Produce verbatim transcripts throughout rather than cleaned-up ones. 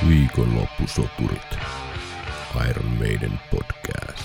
Viikonloppusoturit. Iron Maiden podcast.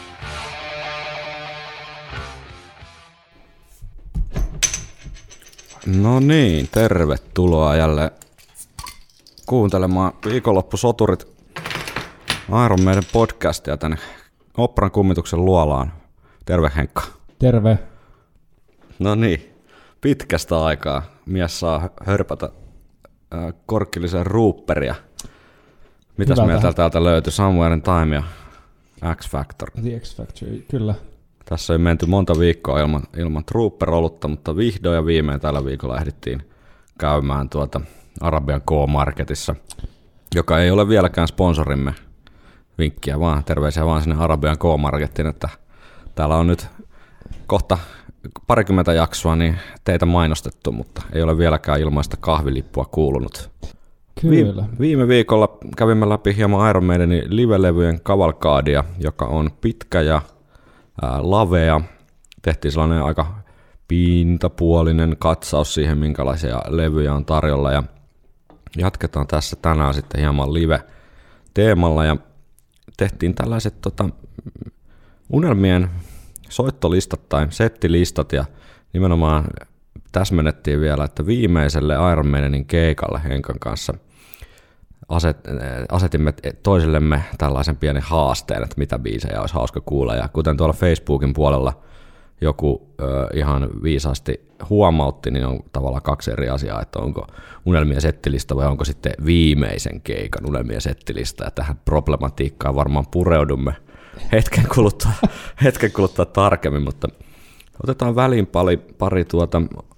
No niin, tervetuloa jälleen kuuntelemaan Viikonloppusoturit Iron Maiden podcastia tänne Operan kummituksen luolaan. Terve Henkka. Terve. No niin, pitkästä aikaa mies saa hörpätä äh, korkkillisen ruupperia. Mitäs Hyvältä. meiltä täältä löytyi? Somewhere in Time ja X Factor. The X Factor, kyllä. Tässä ei menty monta viikkoa ilman, ilman Trooper-olutta, mutta vihdoin ja viimein tällä viikolla ehdittiin käymään tuota Arabian K-Marketissa, joka ei ole vieläkään sponsorimme. Vinkkiä vaan, terveisiä vaan sinne Arabian K-Marketiin, että täällä on nyt kohta parikymmentä jaksoa niin teitä mainostettu, mutta ei ole vieläkään ilmaista kahvilippua kuulunut. Kyllä. Vi- viime viikolla kävimme läpi hieman Iron Maidenin live-levyjen kavalkaadia, joka on pitkä ja ää, lavea. Tehtiin sellainen aika pintapuolinen katsaus siihen, minkälaisia levyjä on tarjolla. Ja jatketaan tässä tänään sitten hieman live-teemalla. Ja tehtiin tällaiset tota, unelmien soittolistat tai settilistat ja nimenomaan täsmennettiin vielä, että viimeiselle Iron Maidenin keikalle Henkan kanssa aset, asetimme toisillemme tällaisen pienen haasteen, että mitä biisejä olisi hauska kuulla. Ja kuten tuolla Facebookin puolella joku ö, ihan viisaasti huomautti, niin on tavallaan kaksi eri asiaa, että onko unelmien settilista vai onko sitten viimeisen keikan unelmien settilista. Ja tähän problematiikkaan varmaan pureudumme hetken kuluttua, hetken kuluttua tarkemmin, mutta otetaan väliin pari, pari tuota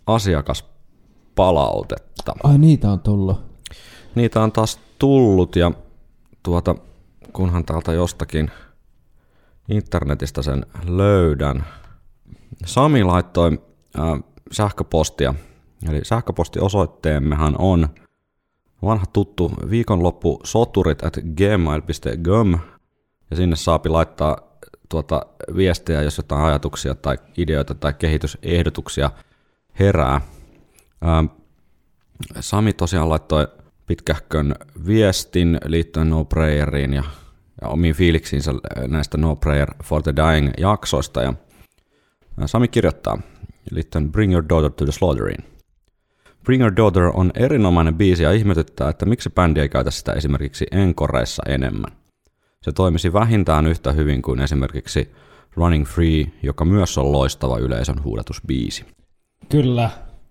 asiakaspalautetta. Ai niitä on tullut. Niitä on taas tullut ja tuota, kunhan täältä jostakin internetistä sen löydän. Sami laittoi äh, sähköpostia, eli sähköpostiosoitteemmehan on vanha tuttu viikonloppusoturit at gmail piste com ja sinne saapi laittaa tuota viestejä, jos jotain ajatuksia tai ideoita tai kehitysehdotuksia herää. Ähm, Sami tosiaan laittoi pitkähkön viestin liittyen No Prayeriin ja, ja omiin fiiliksiinsä näistä No Prayer for the Dying jaksoista. Ja Sami kirjoittaa liittyen Bring Your Daughter to the Slaughtering. Bring Your Daughter on erinomainen biisi ja ihmetyttää, että miksi bändi ei käytä sitä esimerkiksi enkoreissa enemmän. Se toimisi vähintään yhtä hyvin kuin esimerkiksi Running Free, joka myös on loistava yleisön huudatusbiisi. Kyllä.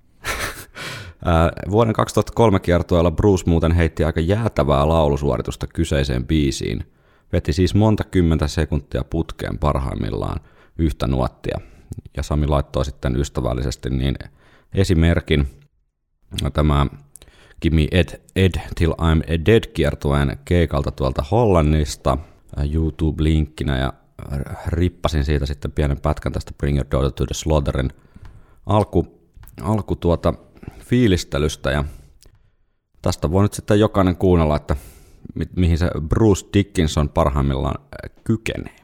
Vuoden kaksituhattakolme kiertueella Bruce muuten heitti aika jäätävää laulusuoritusta kyseiseen biisiin. Veti siis monta kymmentä sekuntia putkeen parhaimmillaan yhtä nuottia. Ja Sami laittoi sitten ystävällisesti niin esimerkin tämä Give Me Ed, Ed Till I'm Dead -kiertueen keikalta tuolta Hollannista YouTube-linkkinä ja rippasin siitä sitten pienen pätkän tästä Bring Your Daughter to the Slaughterin alku, alku tuota fiilistelystä ja tästä voi nyt sitten jokainen kuunnella, että mi- mihin se Bruce Dickinson parhaimmillaan kykenee.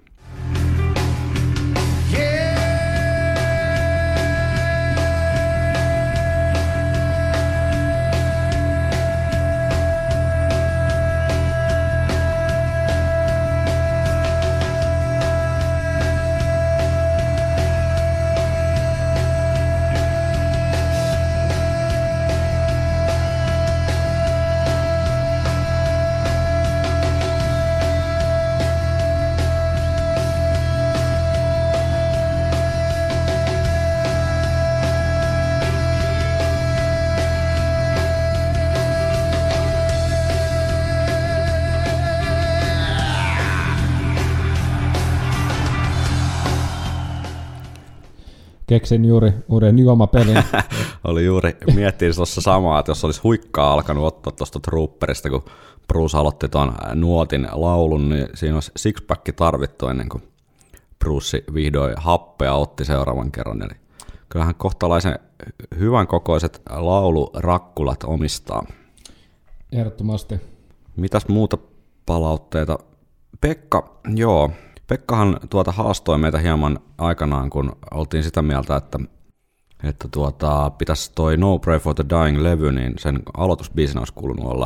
Keksin juuri uuden juomapelin. Oli juuri, miettiin tuossa samaa, että jos olisi huikkaa alkanut ottaa tuosta Trooperista, kun Bruce aloitti tuon nuotin laulun, niin siinä olisi sixpack tarvittu ennen kuin Bruce vihdoin happea otti seuraavan kerran. Eli kyllähän kohtalaisen hyvän kokoiset laulurakkulat omistaa. Ehdottomasti. Mitäs muuta palautteita? Pekka, joo. Pekkahan tuota haastoi meitä hieman aikanaan, kun oltiin sitä mieltä, että, että tuota, pitäisi toi No Pray for the Dying -levy, niin sen aloitusbiisin olisi kuulunut olla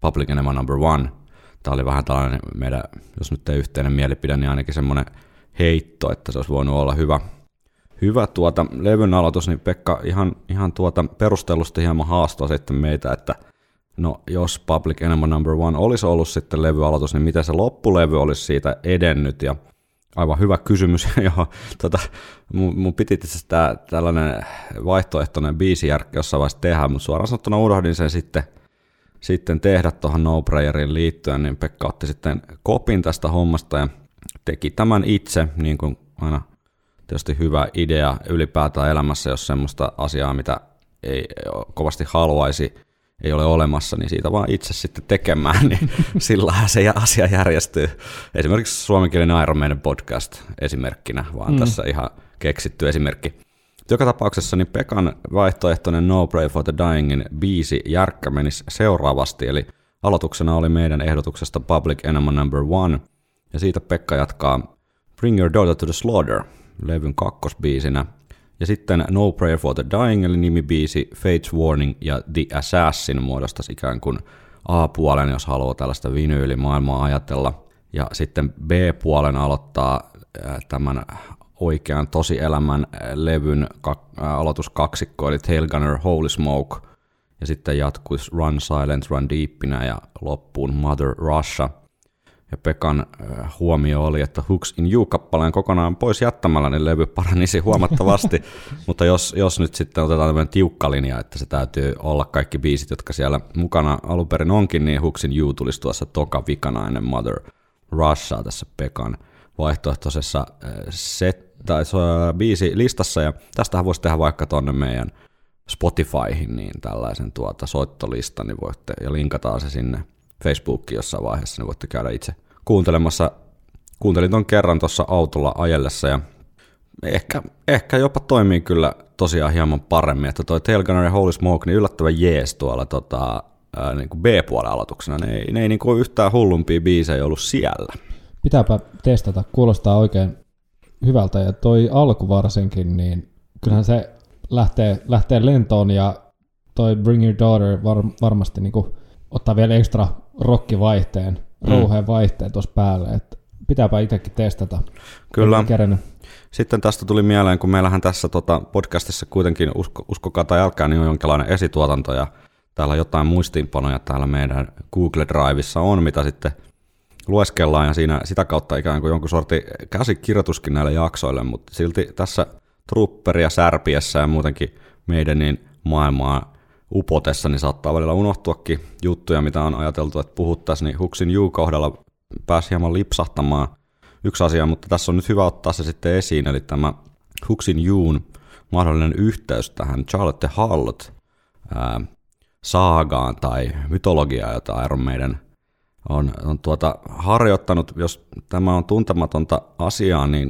Public Enema number one. Tämä oli vähän tällainen meidän, jos nyt ei yhteinen mielipide, niin ainakin semmoinen heitto, että se olisi voinut olla hyvä, hyvä tuota levyn aloitus, niin Pekka ihan, ihan tuota perustellusti hieman haastaa sitten meitä, että no jos Public Enema number one olisi ollut sitten levyaloitus, niin miten se loppulevy olisi siitä edennyt, ja aivan hyvä kysymys, johon tota, mun, mun piti tämä tällainen vaihtoehtoinen biisijärkki jossain vaiheessa tehdä, mutta suoraan sanottuna unohdin sen sitten, sitten tehdä tuohon No Prayerin liittyen, niin Pekka otti sitten kopin tästä hommasta ja teki tämän itse, niin kuin aina tietysti hyvä idea ylipäätään elämässä, jos semmoista asiaa, mitä ei kovasti haluaisi, ei ole olemassa, niin siitä vaan itse sitten tekemään, niin sillähän se asia järjestyy. Esimerkiksi suomenkielinen Iron Maiden podcast esimerkkinä, vaan mm. tässä ihan keksitty esimerkki. Joka tapauksessa niin Pekan vaihtoehtoinen No Pray for the Dyingin biisi järkkä menisi seuraavasti, eli aloituksena oli meidän ehdotuksesta Public Enema number one, ja siitä Pekka jatkaa Bring Your Daughter to the Slaughter, levyn kakkosbiisinä, ja sitten No Prayer for the Dying, eli nimibiisi, Fate's Warning ja The Assassin muodostaisi ikään kuin A-puolen, jos haluaa tällaista vinyylimaailmaa ajatella. Ja sitten B-puolen aloittaa tämän oikean tosielämän levyn aloituskaksikko, eli Tail Gunner, Holy Smoke, ja sitten jatkuisi Run Silent, Run Deepinä ja loppuun Mother Russia. Ja Pekan huomio oli, että Hooks in You-kappaleen kokonaan pois jättämällä, niin levy paranisi huomattavasti. Mutta jos, jos nyt sitten otetaan tämmöinen tiukka linja, että se täytyy olla kaikki biisit, jotka siellä mukana alun perin onkin, niin Hooks in You tulisi tuossa toka vikana ennen Mother Russiaa tässä Pekan vaihtoehtoisessa set, tai biisi listassa. Ja tästähän voisi tehdä vaikka tuonne meidän Spotifyhin niin tällaisen tuota soittolistan, niin voitte, ja linkataan se sinne Facebookiin jossain vaiheessa, niin voitte käydä itse kuuntelemassa. Kuuntelin ton kerran tuossa autolla ajellessa, ja ehkä, ehkä jopa toimii kyllä tosiaan hieman paremmin, että toi Tail Gunner ja Holy Smoke, niin yllättävän jees tuolla tota, ää, niin kuin B-puolen aloituksena. Ne ei, ne ei niin kuin yhtään hullumpia biisejä ollut siellä. Pitääpä testata, kuulostaa oikein hyvältä, ja toi alku varsinkin, niin kyllähän se lähtee, lähtee lentoon, ja toi Bring Your Daughter var, varmasti niin kuin ottaa vielä ekstra rockivaihteen, mm. rouheen vaihteen tuossa päälle, että pitääpä itsekin testata. Kyllä. Sitten tästä tuli mieleen, kun meillähän tässä tota podcastissa kuitenkin, usko, uskokaa tai älkää, niin on jonkinlainen esituotanto, ja täällä jotain muistiinpanoja täällä meidän Google Drivessa on, mitä sitten lueskellaan, ja siinä sitä kautta ikään kuin jonkun sortin käsikirjoituskin näille jaksoille, mutta silti tässä trupperia särpiessä ja muutenkin meidän niin maailmaa upotessa, niin saattaa välillä unohtuakin juttuja, mitä on ajateltu, että puhuttaisiin, niin Hooks in You kohdalla pääsi hieman lipsahtamaan yksi asia, mutta tässä on nyt hyvä ottaa se sitten esiin, eli tämä Hooks in Youn mahdollinen yhteys tähän Charlotte Hart ää, saagaan tai mytologiaan, jota Iron Maiden on, on tuota harjoittanut. Jos tämä on tuntematonta asiaa, niin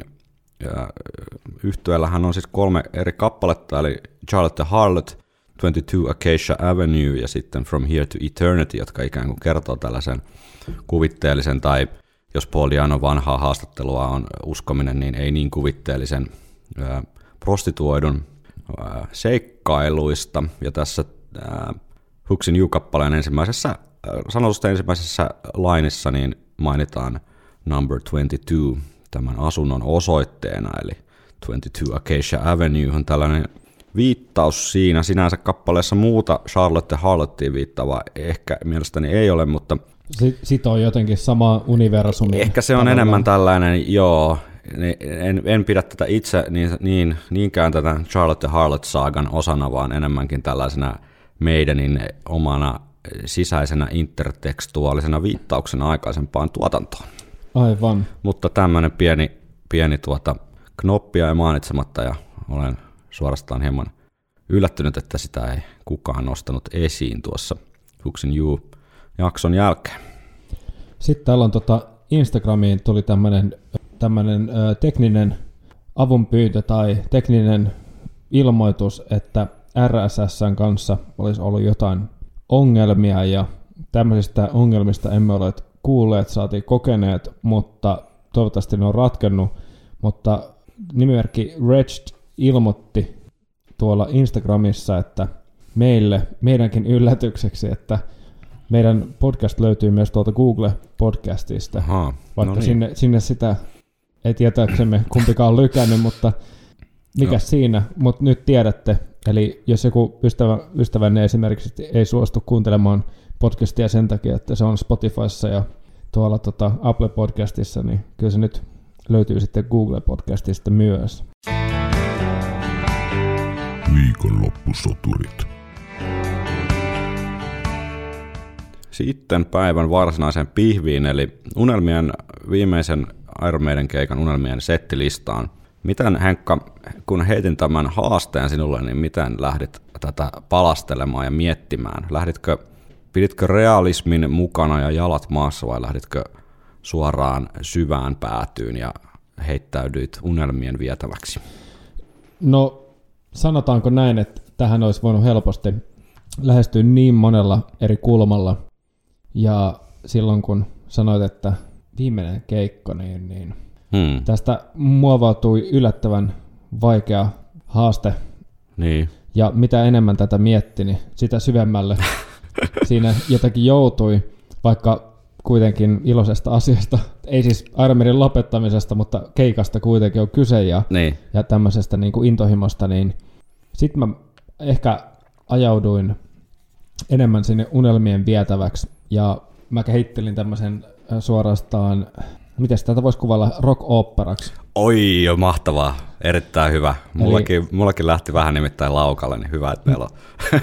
yhtyeellähän on siis kolme eri kappaletta, eli Charlotte Hart, kaksikymmentäkaksi Acacia Avenue ja sitten From Here to Eternity, jotka ikään kuin kertoo tällaisen kuvitteellisen, tai jos Paul Di'Annon vanhaa haastattelua on uskominen, niin ei niin kuvitteellisen ää, prostituoidun ää, seikkailuista. Ja tässä ää, Hooks in You-kappaleen ensimmäisessä, ää, sanotusta ensimmäisessä lainissa niin mainitaan number kaksikymmentäkaksi tämän asunnon osoitteena, eli kaksikymmentäkaksi Acacia Avenue on tällainen viittaus siinä. Sinänsä kappaleessa muuta Charlotte Harlottiin viittaavaa ehkä mielestäni ei ole, mutta Sitten on jotenkin sama universumi. Ehkä se on tavallaan enemmän tällainen, joo, en, en pidä tätä itse niin, niin, niinkään tätä Charlotte Harlot-saagan osana, vaan enemmänkin tällaisena meidänin omana sisäisenä intertekstuaalisena viittauksena aikaisempaan tuotantoon. Aivan. Mutta tämmöinen pieni, pieni tuota knoppia ei mainitsematta, ja olen suorastaan hieman yllättynyt, että sitä ei kukaan nostanut esiin tuossa Hooks in You-jakson jälkeen. Sitten täällä on tota Instagramiin tuli tämmöinen tämmöinen ö, tekninen avunpyyntö tai tekninen ilmoitus, että R S S:n kanssa olisi ollut jotain ongelmia, ja tämmöisistä ongelmista emme ole kuulleet, saatiin kokeneet, mutta toivottavasti ne on ratkennut, mutta nimimerkki Wretched ilmoitti tuolla Instagramissa, että meille, meidänkin yllätykseksi, että meidän podcast löytyy myös tuolta Google-podcastista, Aha, vaikka no niin. sinne, sinne sitä ei tietääksemme kumpikaan on lykännyt, mutta mikä no. siinä, mutta nyt tiedätte, eli jos joku ystävä, ystävänne esimerkiksi ei suostu kuuntelemaan podcastia sen takia, että se on Spotifyssa ja tuolla tota Apple Podcastissa, niin kyllä se nyt löytyy sitten Google Podcastista myös. Viikonloppusoturit. Sitten päivän varsinaiseen pihviin, eli unelmien viimeisen Iron Maiden keikan unelmien settilistaan. Miten, Henkka, kun heitin tämän haasteen sinulle, niin miten lähdit tätä palastelemaan ja miettimään? Lähditkö, piditkö realismin mukana ja jalat maassa vai lähditkö suoraan syvään päätyyn ja heittäydyit unelmien vietäväksi? No sanotaanko näin, että tähän olisi voinut helposti lähestyä niin monella eri kulmalla. Ja silloin kun sanoit, että viimeinen keikka, niin, niin Hmm. tästä muovautui yllättävän vaikea haaste. Niin. Ja mitä enemmän tätä mietti, niin sitä syvemmälle siinä jotakin joutui, vaikka kuitenkin iloisesta asiasta. Ei siis Iron Maiden lopettamisesta, mutta keikasta kuitenkin on kyse ja, Niin. ja tämmöisestä niin kuin intohimosta. Niin sitten mä ehkä ajauduin enemmän sinne unelmien vietäväksi ja mä kehittelin tämmöisen suorastaan, miten tätä voisi kuvailla, rock-operaksi. Oi, jo mahtavaa. Erittäin hyvä. Mullakin, Eli... mullakin lähti vähän nimittäin laukalle, niin hyvä, että meillä on.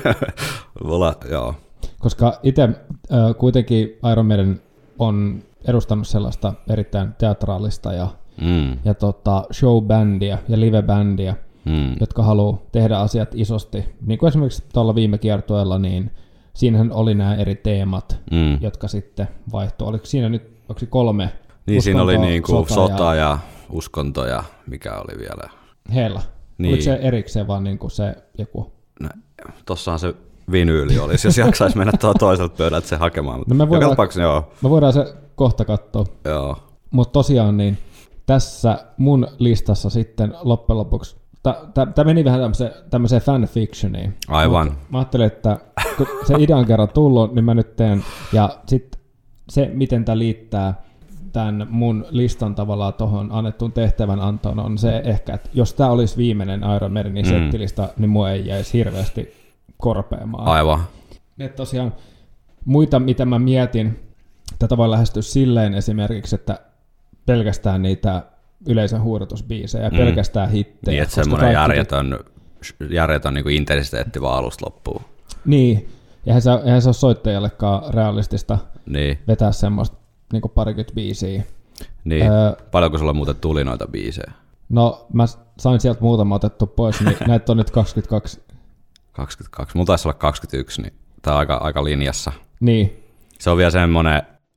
Mulla, joo. Koska itse äh, kuitenkin Iron Maiden on edustanut sellaista erittäin teatraalista ja, Mm. ja tota, showbändiä ja livebändiä, Mm. jotka haluaa tehdä asiat isosti. Niin kuin esimerkiksi tuolla viime kiertueella, niin siinähän oli nämä eri teemat, Mm. jotka sitten vaihtui. Oliko siinä nyt, onko se kolme? Niin, siinä oli niinku sota, sota ja, ja uskonto ja mikä oli vielä. Heillä. Niin. Oliko se erikseen vaan niinku se joku? No, tossahan se vinyyli olisi, jos jaksaisi mennä tuohon toiselta pöydältä se hakemaan. No me, voidaan, tapauksessa, joo. me voidaan se kohta katsoa. Joo. Mutta tosiaan niin tässä mun listassa sitten loppujen lopuksi, tämä meni vähän tämmöiseen, tämmöiseen fanfictioniin. Aivan. Mut mä ajattelin, että kun se idea on kerran tullut, niin mä nyt teen. Ja sitten se, miten tämä liittää tämän mun listan tavallaan tuohon annettuun tehtävän antoon, on se ehkä, että jos tämä olisi viimeinen Iron Maidenin mm. settilista, niin mua ei jäisi hirveästi korpeamaan. Aivan. Et tosiaan muita, mitä mä mietin, tätä voi lähestyä silleen esimerkiksi, että pelkästään niitä yleisön huudatusbiisejä, mm. pelkästään hittejä. Niin, että semmoinen järjetön, järjetön niin kuin intensiteetti vaan alusta loppuun. Niin, eihän se, eihän se ole soittajallekaan realistista niin. vetää semmoista niin kuin parikymmentä biisiä. Niin, öö, paljonko sulla muuten tuli noita biisejä? No, mä sain sieltä muutama otettu pois, niin näitä on nyt kaksikymmentäkaksi. kaksikymmentäkaksi, mulla taisi olla kaksikymmentäyksi, niin tää on aika, aika linjassa. Niin. Se on vielä semmoinen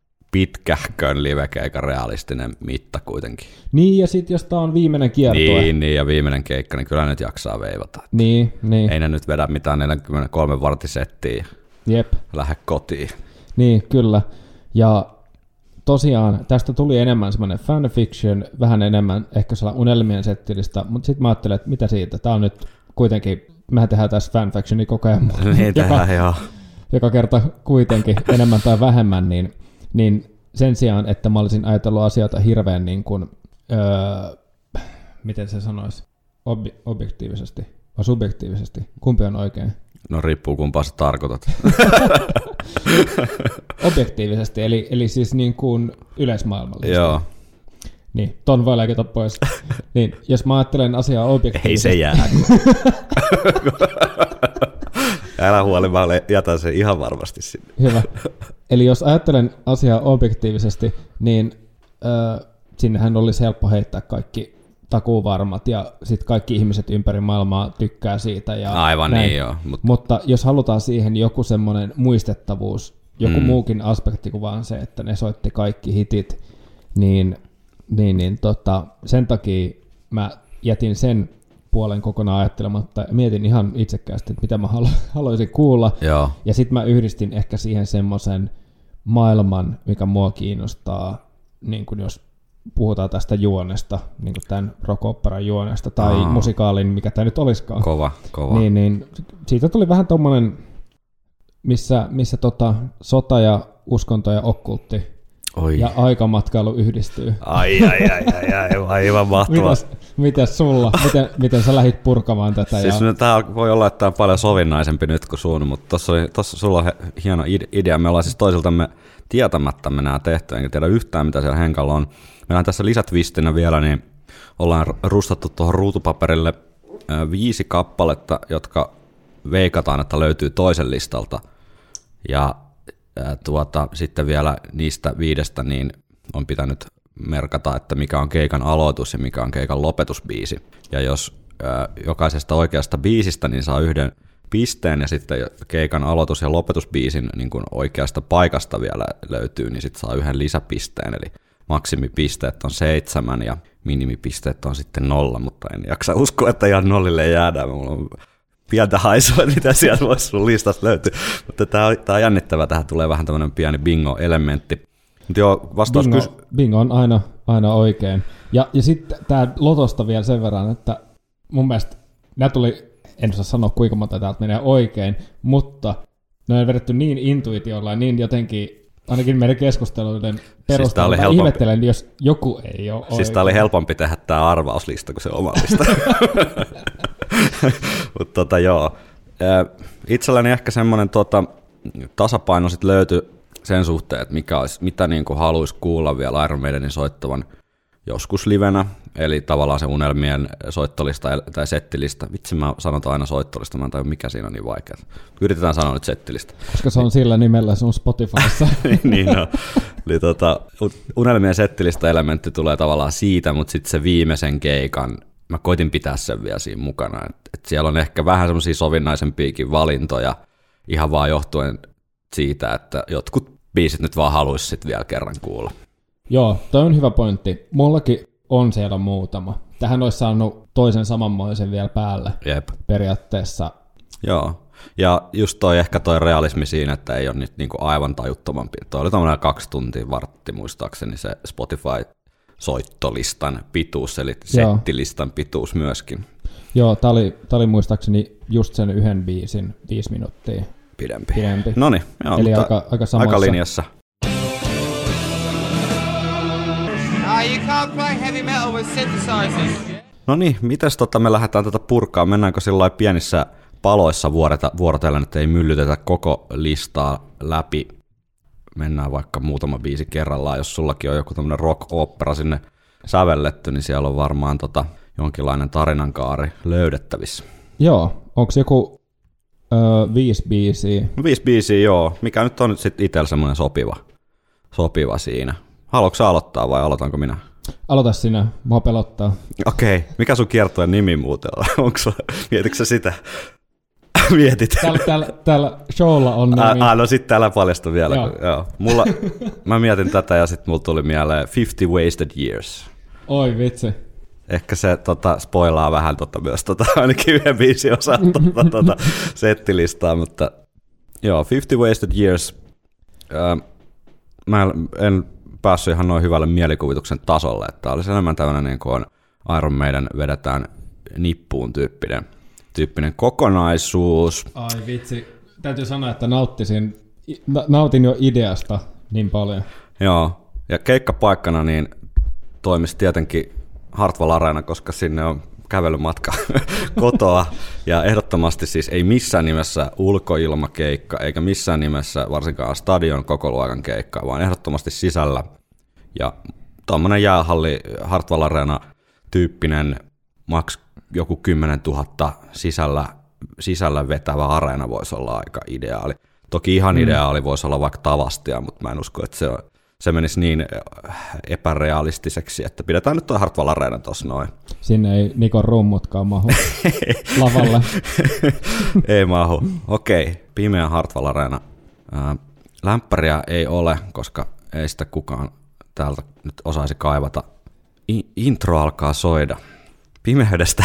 pitkähkön livekeikan realistinen mitta kuitenkin. Niin, ja sitten jos tää on viimeinen kiertue. Niin, niin, ja viimeinen keikka, niin kyllä nyt jaksaa veivata. Niin, niin. Ei ne nyt vedä mitään neljäkymmentäkolme vartisettiä. Jep. Lähde kotiin. Niin, kyllä. Ja tosiaan tästä tuli enemmän semmoinen fanfiction, vähän enemmän ehkä sellainen unelmien settilistä, mutta sitten mä ajattelin, että mitä siitä, tää on nyt kuitenkin, mehän tehdään tässä fanfictioni koko ajan, niin tehdään, joo. joka kerta kuitenkin enemmän tai vähemmän, niin, niin sen sijaan, että mä olisin ajatellut asioita hirveän niin kuin, öö, miten se sanoisi, Ob- objektiivisesti vai subjektiivisesti, kumpi on oikein? No riippuu kumpaa sä tarkoitat. Objektiivisesti, eli, eli siis niin kuin yleismaailmallisesti. Joo. Niin, ton voi leikata pois. Niin, jos mä ajattelen asiaa objektiivisesti. Ei se jää. Älä huoli, mä jätän sen ihan varmasti sinne. Hyvä. Eli jos ajattelen asiaa objektiivisesti, niin äh, sinnehän olisi helppo heittää kaikki takuuvarmat ja sitten kaikki ihmiset ympäri maailmaa tykkää siitä. Ja aivan näin. niin joo. Mutta... mutta jos halutaan siihen joku semmoinen muistettavuus, joku mm. muukin aspekti kuin vaan se, että ne soitti kaikki hitit, niin, niin, niin tota, sen takia mä jätin sen puolen kokonaan ajattelematta ja mietin ihan itsekkäästi, että mitä mä halu- haluaisin kuulla. Joo. Ja sitten mä yhdistin ehkä siihen semmoisen maailman, mikä mua kiinnostaa, niin kun jos puhutaan tästä juonesta, niin kuin tämän rock-operan juonesta, tai Aa. musikaalin, mikä tämä nyt olisikaan. Kova, kova. Niin, niin siitä tuli vähän tommonen, missä, missä tota, sota ja uskonto ja okkultti Oi. ja aikamatkailu yhdistyy. Ai, ai, ai, ai, ai aivan mahtavaa. Mitäs, mitäs sulla? Miten, miten sä lähdit purkamaan tätä? Siis ja... tämä voi olla, että tämä on paljon sovinnaisempi nyt kuin sun, mutta tuossa sulla on hieno idea. Me ollaan siis toisiltamme tietämättämme nämä tehty, enkä tiedä yhtään, mitä siellä Henkalla on. Meillä on tässä lisätvistinä vielä, niin ollaan rustattu tuohon ruutupaperille viisi kappaletta, jotka veikataan, että löytyy toisen listalta. Ja tuota, sitten vielä niistä viidestä niin on pitänyt merkata, että mikä on keikan aloitus ja mikä on keikan lopetusbiisi. Ja jos ää, jokaisesta oikeasta biisistä niin saa yhden pisteen ja sitten keikan aloitus- ja lopetusbiisin niin kun oikeasta paikasta vielä löytyy, niin sitten saa yhden lisäpisteen. Eli maksimipisteet on seitsemän ja minimipisteet on sitten nolla, mutta en jaksa uskoa, että ihan nollille jäädään. Mulla on pientä haisua, että mitä sieltä voisi sun listasta löytyä. Mutta tämä on, on jännittävää, tähän tulee vähän tämmöinen pieni bingo-elementti. Mutta joo, vastaus bingo, kys... bingo on aina, aina oikein. Ja, ja sitten tämä lotosta vielä sen verran, että mun mielestä nämä tuli, en osaa sanoa kuinka monta täältä menee oikein, mutta ne on vedetty niin intuitiolla ja niin jotenkin, ainakin meidän keskusteluiden perusteella, siis ihmettelen, jos joku ei ole oikein. Siis tämä oli helpompi tehdä tämä arvauslista kuin se oma lista. Mutta tota, joo. Itselläni ehkä semmoinen tota, tasapaino sit löytyi sen suhteen, että mikä olisi, mitä niin kuin haluaisi kuulla vielä Iron Maidenin soittavan joskus livenä, eli tavallaan se unelmien soittolista tai settilista. Vitsi, mä sanotaan aina soittolista, mä en tajua mikä siinä on niin vaikeaa. Yritetään sanoa nyt settilistä. Koska se on sillä nimellä sun Spotifyssa. Niin no. Eli tota, unelmien settilista elementti tulee tavallaan siitä, mutta sitten se viimeisen keikan, mä koitin pitää sen vielä siinä mukana. Et, et siellä on ehkä vähän semmoisia sovinnaisempiakin valintoja, ihan vaan johtuen siitä, että jotkut biisit nyt vaan haluaisi sitten vielä kerran kuulla. Joo, toi on hyvä pointti. Mullakin on siellä muutama. Tähän olisi saanut toisen samanmoisen vielä päälle. Jep. Periaatteessa. Joo, ja just toi ehkä toi realismi siinä, että ei ole nyt niinku aivan tajuttomampi. Toi oli tommoinen kaksi tuntia vartti muistaakseni se Spotify-soittolistan pituus, eli settilistan pituus myöskin. Joo, tää oli, tää oli muistaakseni just sen yhden biisin viisi minuuttia. Pidempi. Pidempi. Noniin, joo, eli mutta aika, aika, samassa. aika linjassa. No niin, mites tota me lähdetään tätä purkaa? Mennäänkö sillä pienissä paloissa vuorota, vuorotellen, että ei myllytetä koko listaa läpi? Mennään vaikka muutama biisi kerrallaan. Jos sullakin on joku tämmönen rock-opera sinne sävelletty, niin siellä on varmaan tota jonkinlainen tarinankaari löydettävissä. Joo, onko joku öö, viisi biisiä? Viisi biisiä, joo. Mikä nyt on nyt sitten itsellä semmoinen sopiva, sopiva siinä? Haluatko sä aloittaa vai aloitanko minä? Aloita sinä, mua pelottaa. Okei, mikä sun kiertueen nimi muuten on? Onko sulla, mietitkö sä sitä? Mietit. Täällä, täällä, täällä showlla on nimi. Ah, no sit täällä paljastui vielä. Joo. Kun, joo. Mulla, mä mietin tätä ja sit mulla tuli mieleen fifty Wasted Years. Oi vitsi. Ehkä se tota, spoilaa vähän tota, myös tota, ainakin yhden biisin osaa tota, tota, settilistaa, mutta joo, fifty Wasted Years. Äh, mä en päässyt ihan noin hyvälle mielikuvituksen tasolle, että olisi enemmän tämmöinen niin kuin Iron Maiden vedetään nippuun tyyppinen, tyyppinen kokonaisuus. Ai vitsi, täytyy sanoa, että nauttisin, nautin jo ideasta niin paljon. Joo, ja keikkapaikkana niin toimisi tietenkin Hartwall Arena, koska sinne on kävelymatka kotoa, ja ehdottomasti siis ei missään nimessä ulkoilmakeikka, eikä missään nimessä varsinkaan stadion kokoluokan keikka, vaan ehdottomasti sisällä. Ja tuommoinen jäähalli Hartwall Arena tyyppinen maks joku kymmenen tuhatta sisällä, sisällä vetävä areena voisi olla aika ideaali. Toki ihan mm. ideaali voisi olla vaikka Tavastia, mutta mä en usko, että se, on, se menisi niin epärealistiseksi, että pidetään nyt tuo Hartwall Arena tuossa noin. Sinne ei Nikon rummutkaan mahu lavalle. Ei mahu. Okei, pimeä Hartwall Arena. Lämpäriä ei ole, koska ei sitä kukaan täältä nyt osaisi kaivata. I- intro alkaa soida. Pimeydestä,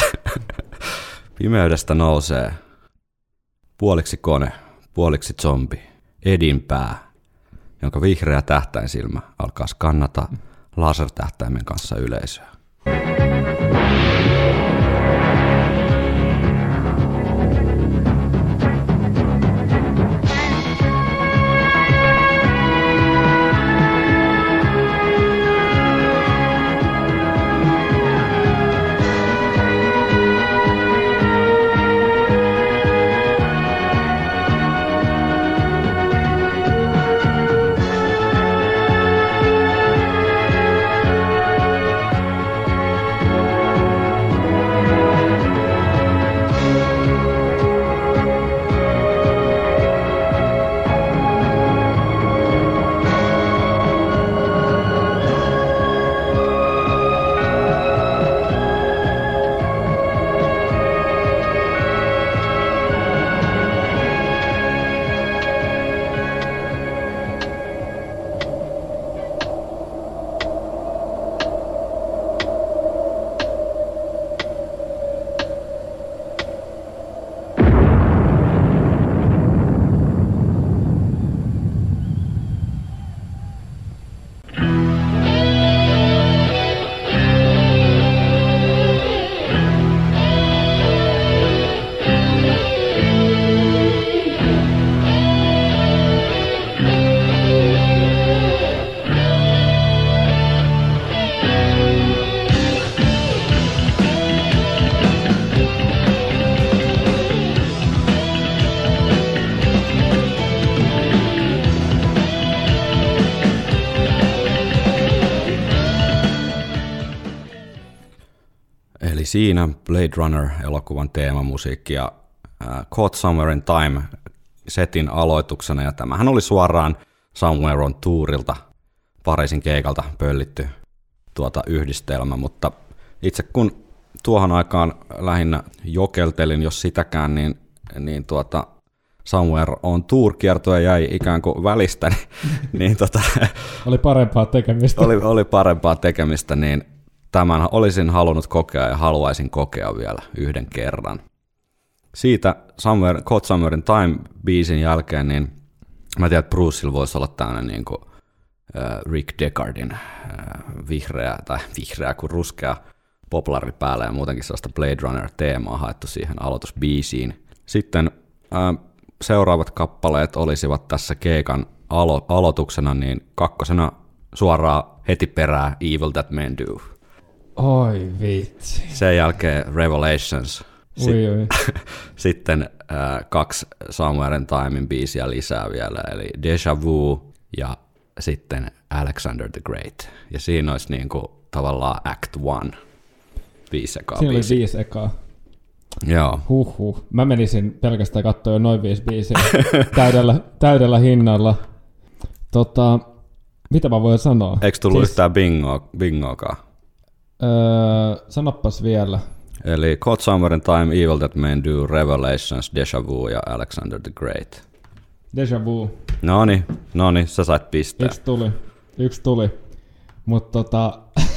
pimeydestä nousee puoliksi kone, puoliksi zombi, Edin pää, jonka vihreä tähtäinsilmä alkaa skannata lasertähtäimen kanssa yleisöä. siinä Blade Runner-elokuvan teemamusiikki ja äh, Caught Somewhere in Time setin aloituksena, ja tämähän oli suoraan Somewhere on Tourilta, Pariisin keikalta pöllitty tuota yhdistelmä, mutta itse kun tuohon aikaan lähinnä jokeltelin, jos sitäkään, niin, niin tuota Somewhere on Tour-kiertue jäi ikään kuin välistä, niin, niin tota, oli parempaa tekemistä. Oli, oli parempaa tekemistä, niin tämän olisin halunnut kokea ja haluaisin kokea vielä yhden kerran. Siitä Somewhere, Caught Somewhere in Time-biisin jälkeen, niin mä tiedän, että Brucella voisi olla tämmöinen niin kuin äh, Rick Deckardin äh, vihreä, tai vihreä kuin ruskea poplari päällä ja muutenkin sellaista Blade Runner-teemaa haettu siihen aloitusbiisiin. Sitten äh, seuraavat kappaleet olisivat tässä keikan alo- aloituksena, niin kakkosena suoraan heti perään Evil That Men Do. Oi vitsi. Sen jälkeen Revelations. Ui, ui. Sitten äh, kaksi Somewhere in Timein biisiä lisää vielä, eli Deja Vu ja sitten Alexander the Great. Ja siinä olisi niinku tavallaan Act One. Viisi ekaa Siinä biisiä. oli viisi ekaa. Joo. Huhhuh. Mä menisin pelkästään katsoa jo noin viisi biisiä täydellä, täydellä hinnalla. Tota, mitä mä voin sanoa? Eikö tullut siis, yhtään bingo, bingoakaan? Öö, sanoppas vielä. Eli Caught Somewhere in Time, Evil That Men Do, Revelations, Deja Vu ja Alexander the Great. Deja Vu. Noni, noni, sä sait pistää. Yksi tuli, yksi tuli. Mutta tota...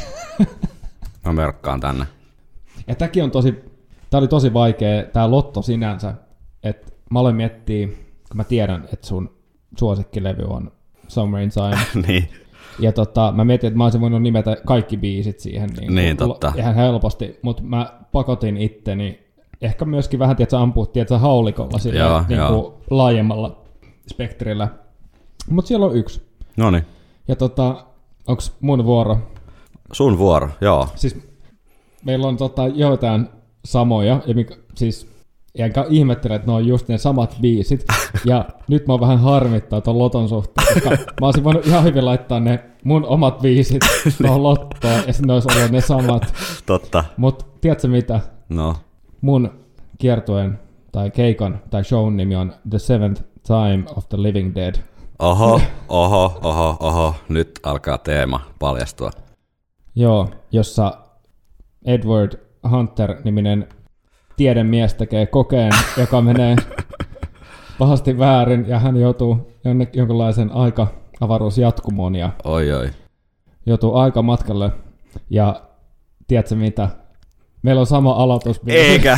Mä merkkaan tänne. Ja tämäkin on tosi, tää oli tosi vaikea, tää lotto sinänsä, että mä aloin miettiä, kun mä tiedän, että sun suosikkilevy on Somewhere in Time. Niin. Ja tota, mä mietin, että mä olisin voinut nimetä kaikki biisit siihen niin, niin totta. ihan helposti, mutta mä pakotin itteni, ehkä myöskin vähän, tiedätkö, ampua, tiedätkö, haulikolla sille, joo, niin joo. kuin laajemmalla spektrillä. Mutta siellä on yksi. Noniin. Ja tota, onks mun vuoro? Sun vuoro, joo. Siis meillä on tota, joitain samoja, ja mikä, siis enkä ihmettele, että ne on just ne samat biisit, ja nyt mä oon vähän harmittaa ton loton suhteen, koska mä olisin voinut ihan hyvin laittaa ne mun omat biisit tuohon lottoon, ja sitten ne olisi ollut ne samat. Totta. Mut tiedätkö mitä? No. Mun kiertueen, tai keikan, tai shown nimi on The Seventh Time of the Living Dead. Oho, oho, oho, oho, nyt alkaa teema paljastua. Joo, jossa Edward Hunter-niminen tiedemies tekee kokeen, joka menee pahasti väärin, ja hän joutuu jonkinlaisen aika-avaruusjatkumoon ja Oi, oi. joutuu aikamatkalle. Ja tiedätkö mitä? Meillä on sama aloitusbiisi. Eikä!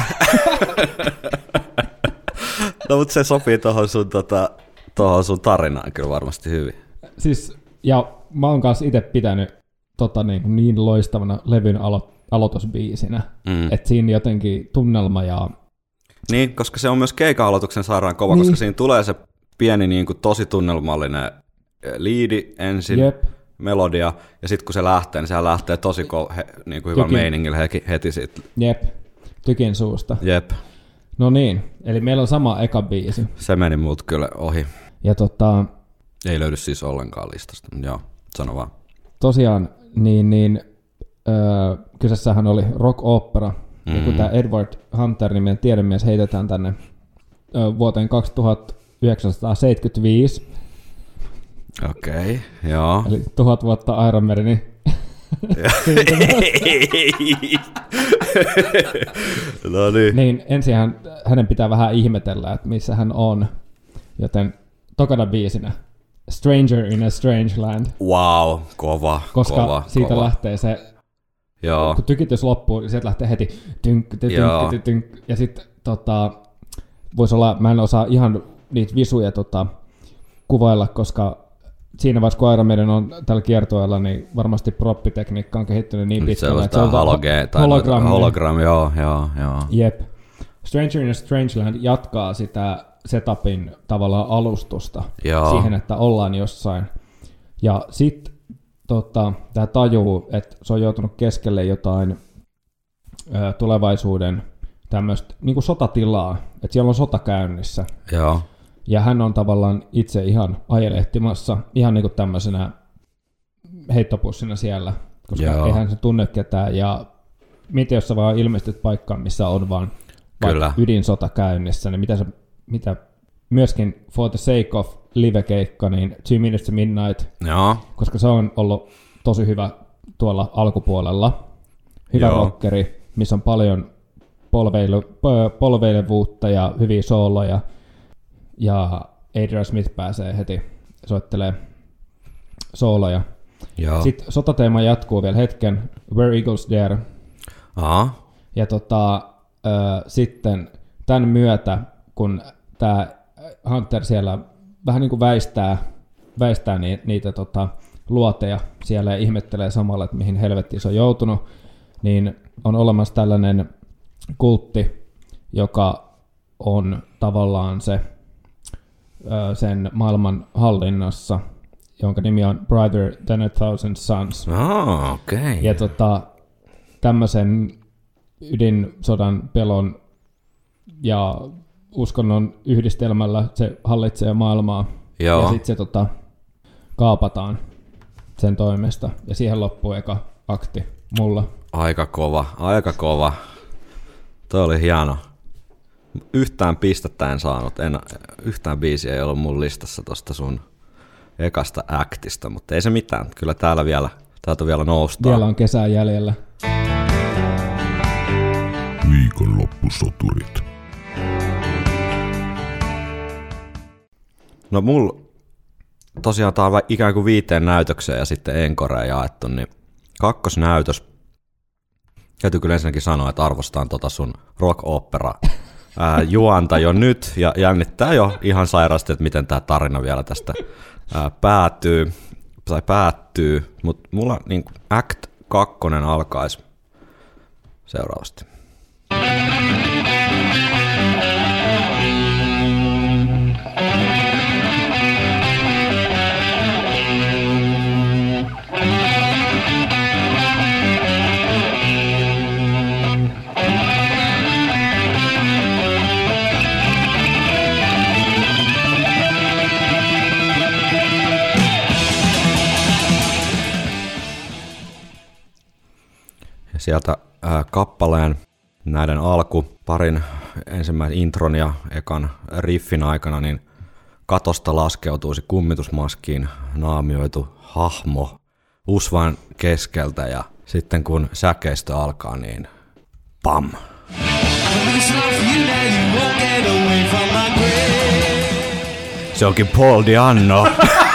No, mutta se sopii tuohon sun, tota, tohon sun tarinaan kyllä varmasti hyvin. Siis, ja mä oon kanssa itse pitänyt tota, niin, niin loistavana levyn alo- aloitusbiisinä, mm. että siinä jotenkin tunnelma ja... Niin, koska se on myös keikan-aloituksen sairaan kova, niin. Koska siinä tulee se pieni niin kuin, tosi tunnelmallinen liidi ensin, Jep. melodia, ja sitten kun se lähtee, niin sehän lähtee tosi ko- he, niin kuin hyvällä meiningillä heti, heti siitä. Jep, tykin suusta. Jep. No niin, eli meillä on sama eka biisi. Se meni multa kyllä ohi. Ja tota... Ei löydy siis ollenkaan listasta, joo, sano vaan. Tosiaan, niin, niin öö, kyseessähän oli rock-opera, mm-hmm. ja kun tämä Edward Hunter-niminen tiedemies heitetään tänne öö, vuoteen kaksituhattayhdeksänsataaseitsemänkymmentäviisi. Okei, okay, joo. Eli tuhat vuotta Iron Maidenin no niin. Niin ensin hän, hänen pitää vähän ihmetellä, että missä hän on, joten tokana biisinä Stranger in a Strange Land. Wow, kova, koska kova, siitä kova. lähtee se, joo. kun tykitys loppuu, niin sieltä lähtee heti tynk, tynk, tynk, tynk, ja sitten tota, voisi olla, mä en osaa ihan niitä visuja tota, kuvailla, koska siinä vaiheessa, kun Iron Maiden on tällä kiertueella, niin varmasti proppitekniikka on kehittynyt niin pitkälle, että se on hologe- tai hologrammi. hologram, joo, joo, joo. Jep. Stranger in a Strangeland jatkaa sitä setupin tavallaan alustusta joo. siihen, että ollaan jossain. Ja sitten tota, tämä tajuu, että se on joutunut keskelle jotain ö, tulevaisuuden tämmöistä niin kuin sotatilaa, että siellä on sota käynnissä. Joo. Ja hän on tavallaan itse ihan ajelehtimassa, ihan niin kuin tämmöisenä heittopussina siellä, koska Joo. eihän se tunne ketään. Ja miten jos sä vaan ilmestyt paikkaan, missä on vaan ydinsota käynnissä, niin mitä, sä, mitä myöskin For the Sake of live-keikka, niin Two Minutes to Midnight, Joo. koska se on ollut tosi hyvä tuolla alkupuolella. Hyvä Joo. rockeri, missä on paljon polveilu, polveilevuutta ja hyviä sooloja, ja Adrian Smith pääsee heti soittelee sooloja. Joo. Sitten sotateema jatkuu vielä hetken, Where Eagles Dare. Aha. Ja tota, äh, sitten tämän myötä, kun tämä Hunter siellä vähän niin kuin väistää, väistää ni, niitä tota, luoteja siellä ja ihmettelee samalla, että mihin helvettiin se on joutunut, niin on olemassa tällainen kultti, joka on tavallaan se sen maailman hallinnassa, jonka nimi on Brighter Than a Thousand Suns. Oh, okay. Ja tota, tämmöisen ydinsodan pelon ja uskonnon yhdistelmällä se hallitsee maailmaa. Joo. Ja sitten se tota, kaapataan sen toimesta. Ja siihen loppuu eka akti mulla. Aika kova, aika kova. Toi oli hieno. Yhtään pistettä en saanut, en, yhtään biisiä ei ollut mun listassa tosta sun ekasta actista, mutta ei se mitään. Kyllä täällä vielä, täältä vielä noustaan. Vielä on kesää jäljellä. Viikonloppusoturit. No mulla tosiaan tää on ikään kuin viiteen näytökseen ja sitten enkoreen jaettu, niin kakkosnäytös. Täytyy kyllä ensinnäkin sanoa, että arvostan tota sun rock-opera ää, juonta jo nyt ja jännittää jo ihan sairaasti, että miten tämä tarina vielä tästä ää, päätyy, tai päättyy, mutta mulla niin act kakkonen alkaisi seuraavasti. Sieltä ää, kappaleen näiden alku, parin ensimmäisen intron ja ekan riffin aikana, niin katosta laskeutuisi kummitusmaskiin naamioitu hahmo usvan keskeltä ja sitten kun säkeistö alkaa, niin pam! Se onkin Paul Di'Anno.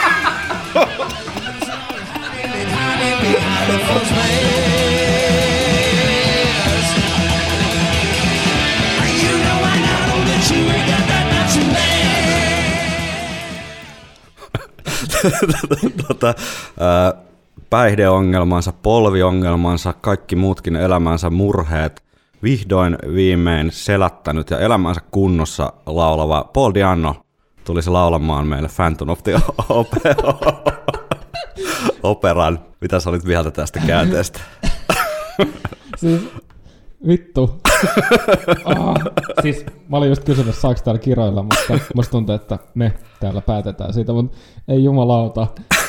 tota, ää, päihdeongelmansa, polviongelmansa, kaikki muutkin elämänsä murheet vihdoin viimein selättänyt ja elämänsä kunnossa laulava Paul Di'Anno tulisi laulamaan meille Phantom of the Operan. Mitä sä olit mieltä tästä käänteestä? Siis vittu. ah, siis mä olin just kysynyt, saako täällä kiroilla, mutta musta tuntuu, että me täällä päätetään siitä, mutta ei jumalauta.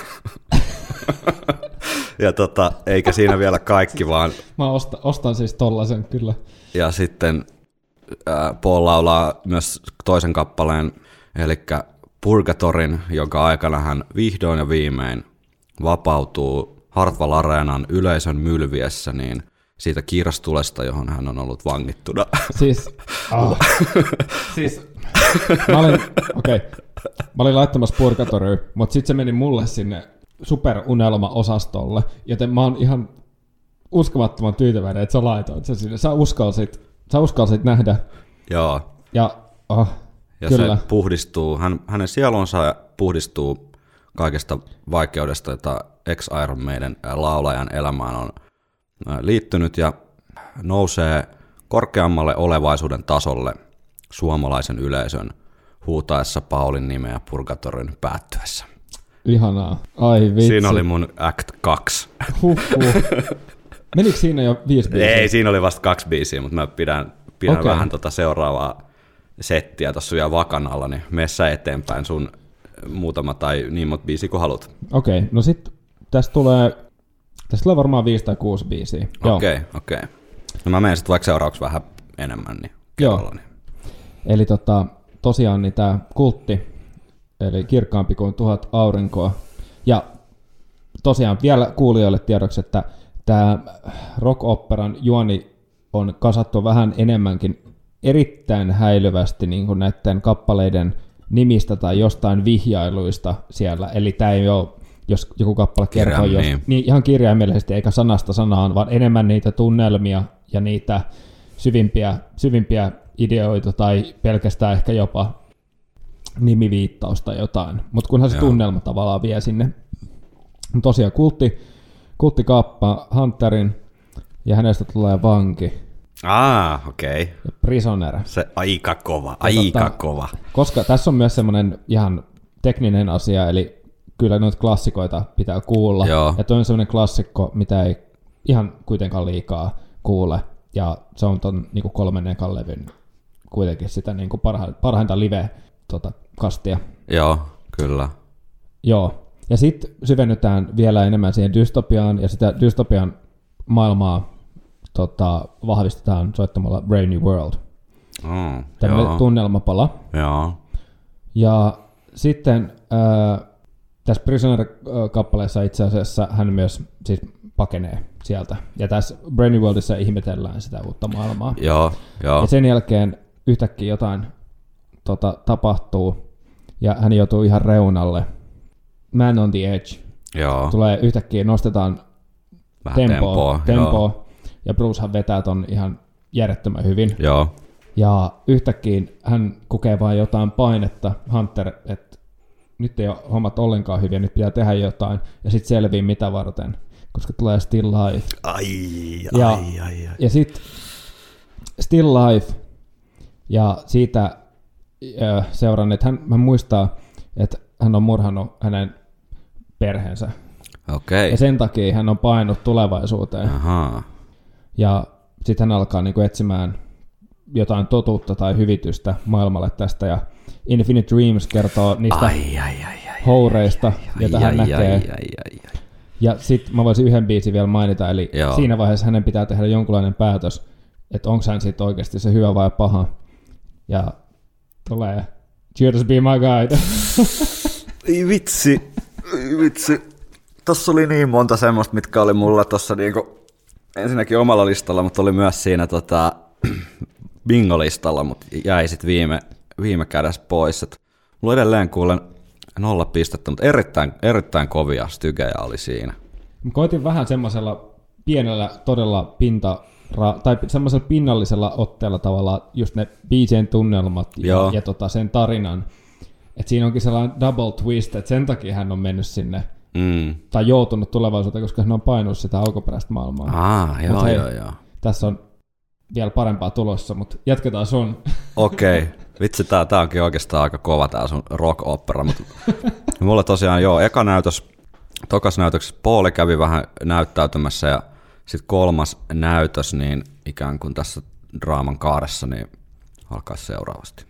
Ja tota, eikä siinä vielä kaikki vaan. Mä ostan, ostan siis tollasen kyllä. Ja sitten äh, Paul laulaa myös toisen kappaleen, eli Purgatorin, jonka aikana hän vihdoin ja viimein vapautuu Hartwall Areenan yleisön mylviessä, niin siitä kirstulesta, johon hän on ollut vangittuna. Siis, ah, siis mä olin, okei, okay, mä olin laittamassa Purgatoria, mutta sitten se meni mulle sinne superunelma-osastolle, joten mä oon ihan uskomattoman tyytyväinen, että sä laitoit se sinne. Sä uskalsit, sä uskalsit nähdä. Joo. Ja, oh, ja kyllä. se puhdistuu, hän, hänen sielunsa puhdistuu kaikesta vaikeudesta, jota ex-Iron Maiden laulajan elämään on liittynyt ja nousee korkeammalle olevaisuuden tasolle suomalaisen yleisön huutaessa Paulin nimeä Purgatorin päättyessä. Ihanaa. Ai vitsi. Siinä oli mun act kaksi. Huhhuh. Menikö siinä jo viisi biisiä? Ei, siinä oli vasta kaksi biisiä, mutta mä pidän, pidän okay. vähän tota seuraavaa settiä tuossa vielä vakan alla, niin mene sä eteenpäin sun muutama tai niin monta biisiä kuin haluat. Okei, okay, no sit tästä tulee, tästä tulee varmaan viisi tai kuusi biisiä. Okei, okay, okei. Okay. No mä menen sitten vaikka seuraavaksi vähän enemmän, niin kerralla. Niin. Eli tota, tosiaan niin tämä kultti, eli kirkkaampi kuin tuhat aurinkoa. Ja tosiaan vielä kuulijoille tiedoksi, että tämä rock-operan juoni on kasattu vähän enemmänkin erittäin häilyvästi niin kuin näiden kappaleiden nimistä tai jostain vihjailuista siellä. Eli tämä ei ole, jos joku kappale kertoo jos, niin. Niin ihan kirjaimellisesti eikä sanasta sanaan, vaan enemmän niitä tunnelmia ja niitä syvimpiä, syvimpiä ideoita tai pelkästään ehkä jopa nimiviittausta jotain. Mutta kunhan se Joo. tunnelma tavallaan vie sinne. Tosiaan kultti, kultti kaappaa Hunterin ja hänestä tulee vanki. Ah, okei. Okay. Ja prisoner. Se aika kova, aika tota, kova. Koska tässä on myös semmoinen ihan tekninen asia, eli kyllä noita klassikoita pitää kuulla. Joo. Ja toi on semmoinen klassikko, mitä ei ihan kuitenkaan liikaa kuule. Ja se on ton niin kuin kolmen ekan levyn kuitenkin sitä niin kuin parha, parhainta live-kastia. Joo, kyllä. Joo. Ja sitten syvennytään vielä enemmän siihen dystopiaan, ja sitä dystopian maailmaa tota, vahvistetaan soittamalla Brave New World. Oh, tämmöinen tunnelmapala. Joo. Ja sitten äh, tässä Prisoner-kappaleessa itse asiassa hän myös siis pakenee sieltä. Ja tässä Brave New Worldissa ihmetellään sitä uutta maailmaa. Joo, joo. Ja sen jälkeen yhtäkkiä jotain tota, tapahtuu, ja hän joutuu ihan reunalle. Man on the Edge. Joo. Tulee yhtäkkiä, nostetaan vähän tempoa, tempoa, tempoa ja Brucehan vetää ton ihan järjettömän hyvin. Joo. Ja yhtäkkiä hän kokee vain jotain painetta, Hunter, että nyt ei ole hommat ollenkaan hyviä, nyt pitää tehdä jotain, ja sitten selvii mitä varten, koska tulee Still Life. Ai, ja, ai, ai, ai. Ja sitten Still Life, ja siitä äh, seuraan, että hän, hän muistaa, että hän on murhannut hänen perheensä. Okei. Ja sen takia hän on painut tulevaisuuteen. Ahaa. Ja sitten hän alkaa niinku etsimään jotain totuutta tai hyvitystä maailmalle tästä. Ja Infinite Dreams kertoo niistä ai, ai, ai, ai, houreista, ai, joita ai, hän ai, näkee. ai, ai, ai. Ja sitten mä voisin yhden biisin vielä mainita. Eli Joo. siinä vaiheessa hänen pitää tehdä jonkunlainen päätös, että onko hän sitten oikeasti se hyvä vai paha. Ja tulee Judas Be My Guide. Ei vitsi, ei vitsi. Tossa oli niin monta semmoista, mitkä oli mulla tossa niinku, ensinnäkin omalla listalla, mutta oli myös siinä tota, bingo-listalla, mutta jäi sit viime, viime kädessä pois. Et mulla edelleen kuulen nolla pistettä, mutta erittäin, erittäin kovia stygejä oli siinä. Mä koitin vähän semmoisella pienellä todella pinta, tai semmoisella pinnallisella otteella tavallaan just ne biisien tunnelmat ja, ja tota sen tarinan. Että siinä onkin sellainen double twist, että sen takia hän on mennyt sinne, mm. tai joutunut tulevaisuuteen, koska hän on painunut sitä alkuperäistä maailmaa. Ah, joo, hei, joo, joo. Tässä on vielä parempaa tulossa, mutta jatketaan sun. Okei, okay. Vitsi, tää, tää onkin oikeastaan aika kova tää sun rock-opera, mutta mulla tosiaan joo, eka näytös, tokas näytöksessä Pauli kävi vähän näyttäytymässä, ja sitten kolmas näytös, niin ikään kuin tässä draaman kaaressa, niin alkaa seuraavasti.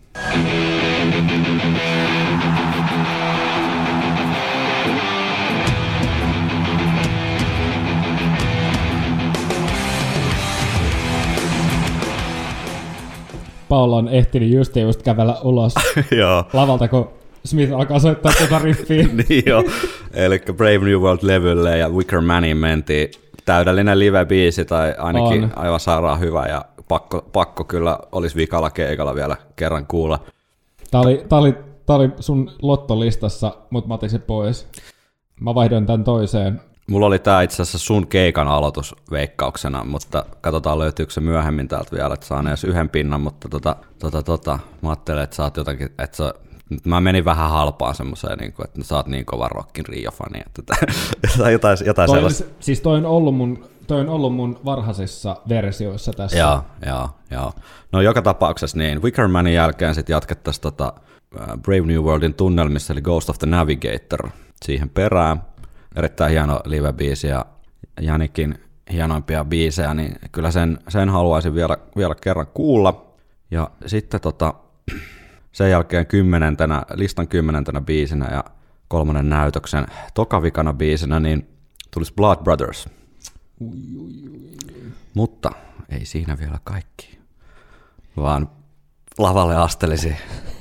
Paula on ehtinyt just ja just kävellä ulos lavalta, kun Smith alkaa soittaa tuota riffiä. Niin joo, eli Brave New World-levylle ja Wicker Maniin mentiin. Täydellinen live-biisi tai ainakin on aivan sairaan hyvä ja pakko, pakko kyllä olisi vikalla keikalla vielä kerran kuulla. Tämä oli, tämä oli, tämä oli sun lottolistassa, mutta mä otin se pois. Mä vaihdoin tämän toiseen. Mulla oli tämä itse asiassa sun keikan aloitus veikkauksena, mutta katsotaan löytyykö se myöhemmin täältä vielä, että saan edes yhden pinnan, mutta tota, tota, tota, mä ajattelen, että sä oot jotakin, että sä, mä menin vähän halpaan semmoiseen, niin kuin, että sä oot niin kova rockin Rio-fani, että jotain, jotain toi sellaista. On, siis toi on ollut mun, toi on ollut mun varhaisissa versioissa tässä. Joo, joo, joo. No joka tapauksessa niin, Wickermanin jälkeen sitten jatkettaisiin tota Brave New Worldin tunnelmissa, eli Ghost of the Navigator siihen perään. Erittäin hieno live-biisi ja Janikin hienoimpia biisejä, niin kyllä sen, sen haluaisin vielä, vielä kerran kuulla. Ja sitten tota, sen jälkeen kymmenentenä, listan kymmenentenä biisinä ja kolmannen näytöksen tokavikana biisinä, niin tulisi Blood Brothers. Ui, ui, ui. Mutta ei siinä vielä kaikki, vaan lavalle astelisi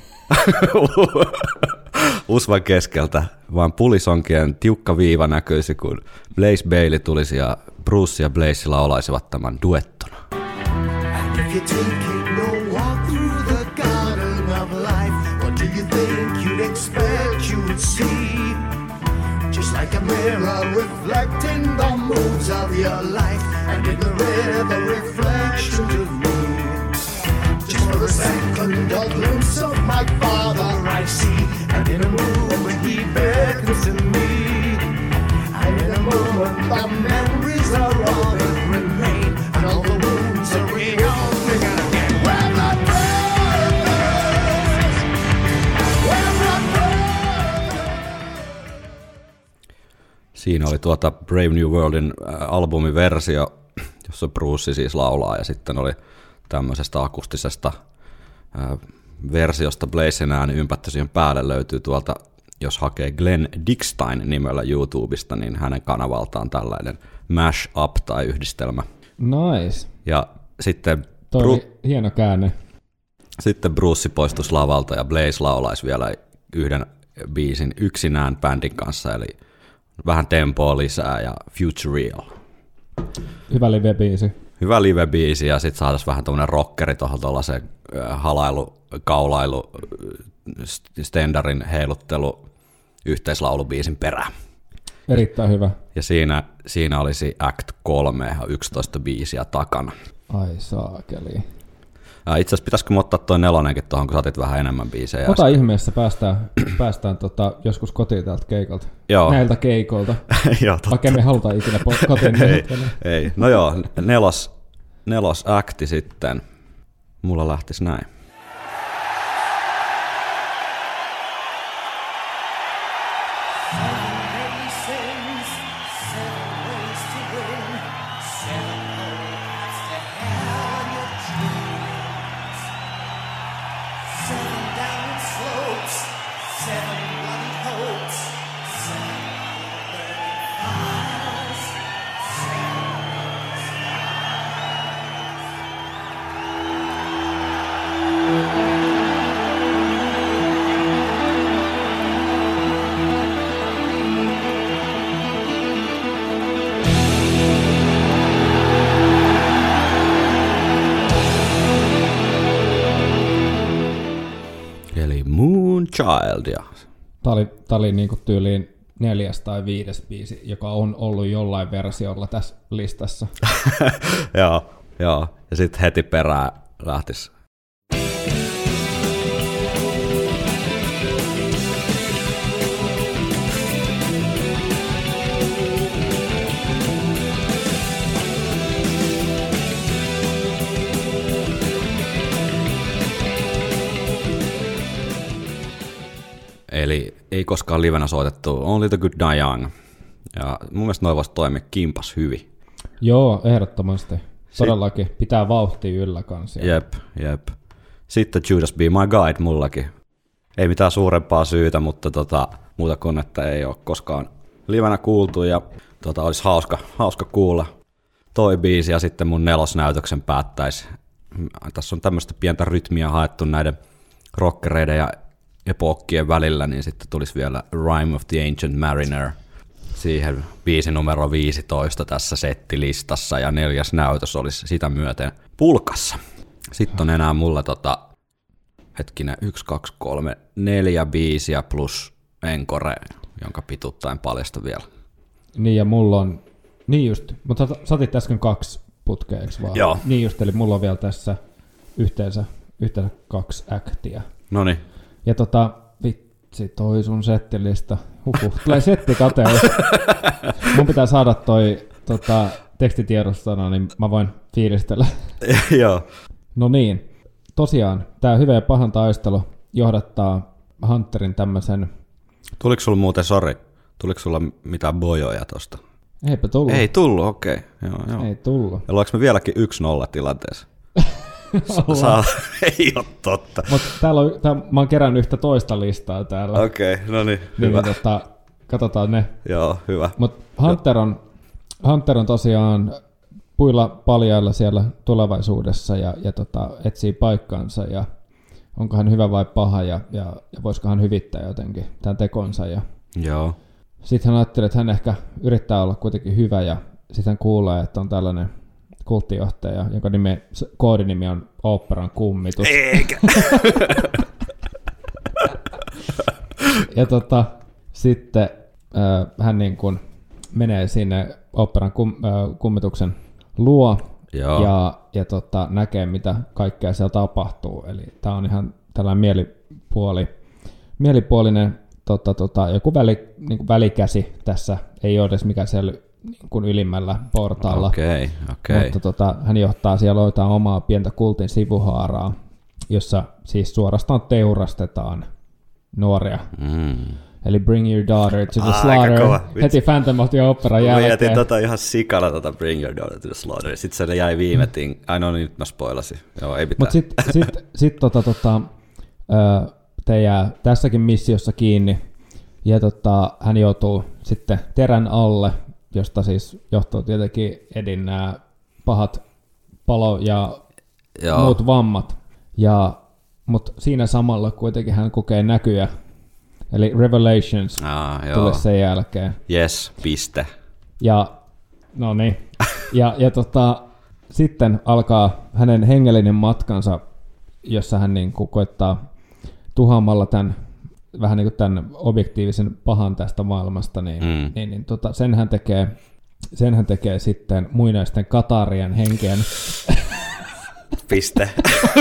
usvan keskeltä, vaan pulisonkien tiukka viiva näkyisi, kun Blaze Bayley tulisi ja Bruce ja Blaze laulaisivat tämän duettona. And if you take it, no walk through the garden of life, what do you think you'd expect you would see? Just like a mirror reflecting the moves of your life, and in the river reflection of me. Just for a second a glimpse of my father I see, and in a moment he beckons to me. And in a moment the memories are all that remain, and all the wounds are reopening again. We're not brothers, we're not brothers. Siinä oli tuota Brave New Worldin albumiversio, jossa Bruce siis laulaa, ja sitten oli tämmöisestä akustisesta ää, versiosta Blazen ääni ympätty siihen päälle löytyy tuolta, jos hakee Glenn Dickstein nimellä YouTubesta, niin hänen kanavaltaan tällainen mash-up tai yhdistelmä. Nice. Ja sitten, Toi Bru- oli hieno käänne. sitten Bruce poistuisi lavalta ja Blaze laulaisi vielä yhden biisin yksinään bändin kanssa, eli vähän tempoa lisää ja Futureal. Hyvä live-biisi. Hyvä live-biisi ja sitten saataisiin vähän tuommoinen rockeri tuohon tuollaiseen halailu, kaulailu, stendarin heiluttelu, yhteislaulubiisin perään. Erittäin hyvä. Ja siinä, siinä olisi Act kolme ja yksitoista biisiä takana. Ai saakeli. Itse asiassa pitäisikö ottaa toi nelonenkin tuohon, kun sä otit vähän enemmän biisejä. Ota ihmeessä, päästään, päästään tota, joskus kotiin täältä keikolta. Joo. Näiltä keikolta. Joo, totta. Vaikka me halutaan ikinä po- kotiin. ei, ei. No joo, nelos, nelos akti sitten. Mulla lähtisi näin. Eli Moonchild. Ja Tämä oli, tää oli niinku tyyliin neljäs tai viides biisi, joka on ollut jollain versiolla tässä listassa. joo, joo. Ja sitten heti perään lähtisi. Eli ei koskaan livenä soitettu Only the Good Die Young. Ja mun mielestä noi voisi toimia kimpas hyvin. Joo, ehdottomasti. Todellakin. Pitää vauhtia yllä kanssa. Jep, jep. Sitten Judas Be My Guide mullakin. Ei mitään suurempaa syytä, mutta tota, muuta kuin, että ei ole koskaan livenä kuultu ja tota, olisi hauska, hauska kuulla toi biisi ja sitten mun nelosnäytöksen päättäisi. Tässä on tämmöistä pientä rytmiä haettu näiden rockereiden ja epokkien välillä, niin sitten tulisi vielä Rime of the Ancient Mariner siihen biisi numero viisitoista tässä settilistassa, ja neljäs näytös olisi sitä myöten pulkassa. Sitten on enää mulla tota, hetkinen, yksi, kaksi, kolme, neljä biisiä plus encore, jonka pituutta en paljasta vielä. Niin ja mulla on, niin just, mutta sä otit äsken kaksi putkea, eikö vaan? Joo. Niin just, eli mulla on vielä tässä yhteensä, yhteensä kaksi actia. Noniin. Ja tota, vitsi, toi sun settilista. Huhhuh, tulee settikateus. Mun pitää saada toi tota, tekstitiedostona, niin mä voin fiilistellä. Joo. No niin, tosiaan, tää hyvä ja pahan taistelu johdattaa Hunterin tämmösen... Tuliko sulla muuten, sori, tuliko sulla mitään bojoja tosta? Eipä tullut. Ei tullut, okei. Okay. Joo, joo. Ei tullut. Ja ollaanko me vieläkin yksi nolla tilanteessa? Saa, ei ole totta. Mutta täällä on, tää, mä oon kerännyt yhtä toista listaa täällä. Okei, okay, no niin, niin, hyvä. Tota, katsotaan ne. Joo, hyvä. Mutta Hunter on, Hunter on tosiaan puilla paljailla siellä tulevaisuudessa ja, ja tota, etsii paikkaansa ja onko hän hyvä vai paha ja, ja, ja voisiko hän hyvittää jotenkin tämän tekonsa. Ja Joo. sitten hän ajattelee, että hän ehkä yrittää olla kuitenkin hyvä ja sitten hän kuulee, että on tällainen kulttijohtaja, jonka nime, koodinimi on Oopperan kummitus. Eikä! Ja tota, sitten äh, hän niin kuin menee sinne Oopperan kum, äh, kummituksen luo Joo. ja, ja tota, näkee, mitä kaikkea siellä tapahtuu. Eli tämä on ihan tällainen mielipuoli, mielipuolinen tota, tota, joku väli, niin kuin välikäsi tässä. Ei ole edes mikään siellä niin kuin ylimmällä portaalla. Okei, okei. Mutta tota, hän johtaa siellä jotain omaa pientä kultin sivuhaaraa, jossa siis suorastaan teurastetaan nuoria. Mm. Eli Bring Your Daughter to the Aika Slaughter kova. heti Phantom of the Opera Mä jälkeen. jätin tota ihan sikana tota Bring Your Daughter to the Slaughter. Sitten se jäi viime ting... Ai no niin, nyt mä spoilasin. Joo, ei pitää. Mutta sitten sit, sit, tota, tota, te jää tässäkin missiossa kiinni. Ja tota, hän joutuu sitten terän alle, josta siis johtuu tietenkin Edin nämä pahat palo- ja Joo. muut vammat. Ja, mutta siinä samalla kuitenkin hän kokee näkyjä. Eli Revelations Ah, joo. tulee sen jälkeen. Yes, piste. Ja no niin. Ja, ja tota, sitten alkaa hänen hengellinen matkansa, jossa hän niin kuin koettaa tuhaamalla tämän vähän niin kuin tämän objektiivisen pahan tästä maailmasta, niin, Mm. niin, niin tota, sen, hän tekee, sen hän tekee sitten muinaisten katarien henkeen Piste.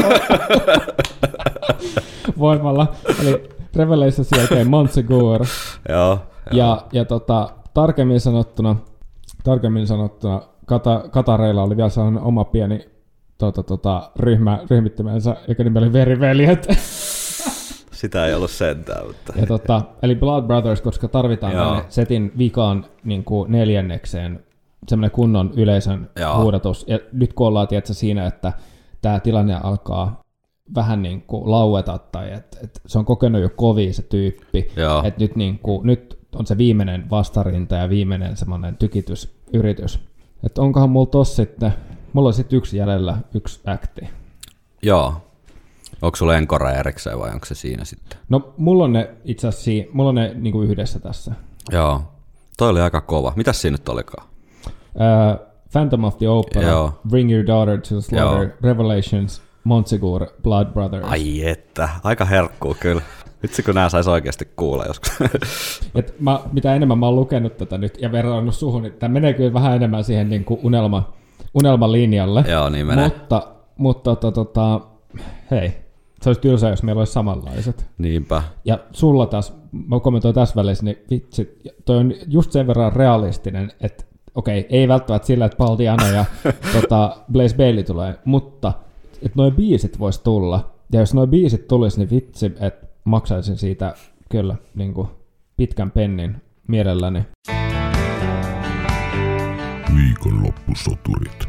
voimalla. Eli Revelations jälkeen Montsegur. Joo. Ja, ja tota, tarkemmin sanottuna, tarkemmin sanottuna Kata, Katareilla oli vielä sellainen oma pieni tota, tota, ryhmä, ryhmittymänsä, joka nimi oli Veriveljet. Sitä ei ollut sentään, mutta... Ja tota, eli Blood Brothers, koska tarvitaan Joo. tänne setin vikaan niin kuin neljännekseen semmoinen kunnon yleisön Joo. huudatus. Ja nyt kun ollaan tietysti siinä, että tämä tilanne alkaa vähän niin kuin laueta, tai että et se on kokenut jo kovia se tyyppi, Joo. että nyt, niin kuin, nyt on se viimeinen vastarinta ja viimeinen semmoinen tykitysyritys. Että onkohan mulla tossa sitten, mulla on sitten yksi jäljellä, yksi akti. Joo. Onko sulla enkora erikseen vai onko se siinä sitten? No mulla on ne itse asiassa, si- mulla on ne niin kuin yhdessä tässä. Joo. Toi oli aika kova. Mitäs siinä nyt olikaan? Uh, Phantom of the Opera, Joo. Bring Your Daughter to the Slaughter, Joo. Revelations, Montsegur, Blood Brothers. Ai että, aika herkkuu kyllä. Vitsi kun nää sais oikeasti kuulla joskus. Et mä, mitä enemmän mä oon lukenut tätä nyt ja verrannut suhun, niin tämä menee kyllä vähän enemmän siihen niin kuin unelma, unelmalinjalle. Joo, niin menee. Mutta, mutta tota, tota, hei, se olisi tylsää, jos meillä olisi samanlaiset. Niinpä. Ja sulla taas, mä kommentoin tässä välissä, niin vitsi, toi on just sen verran realistinen, että okei, ei välttämättä sillä, että Paul Diano ja tota, Blaze Bayley tulee, mutta että noi biisit vois tulla. Ja jos noi biisit tulisi, niin vitsi, että maksaisin siitä kyllä niin kuin pitkän pennin mielelläni. Viikonloppusoturit.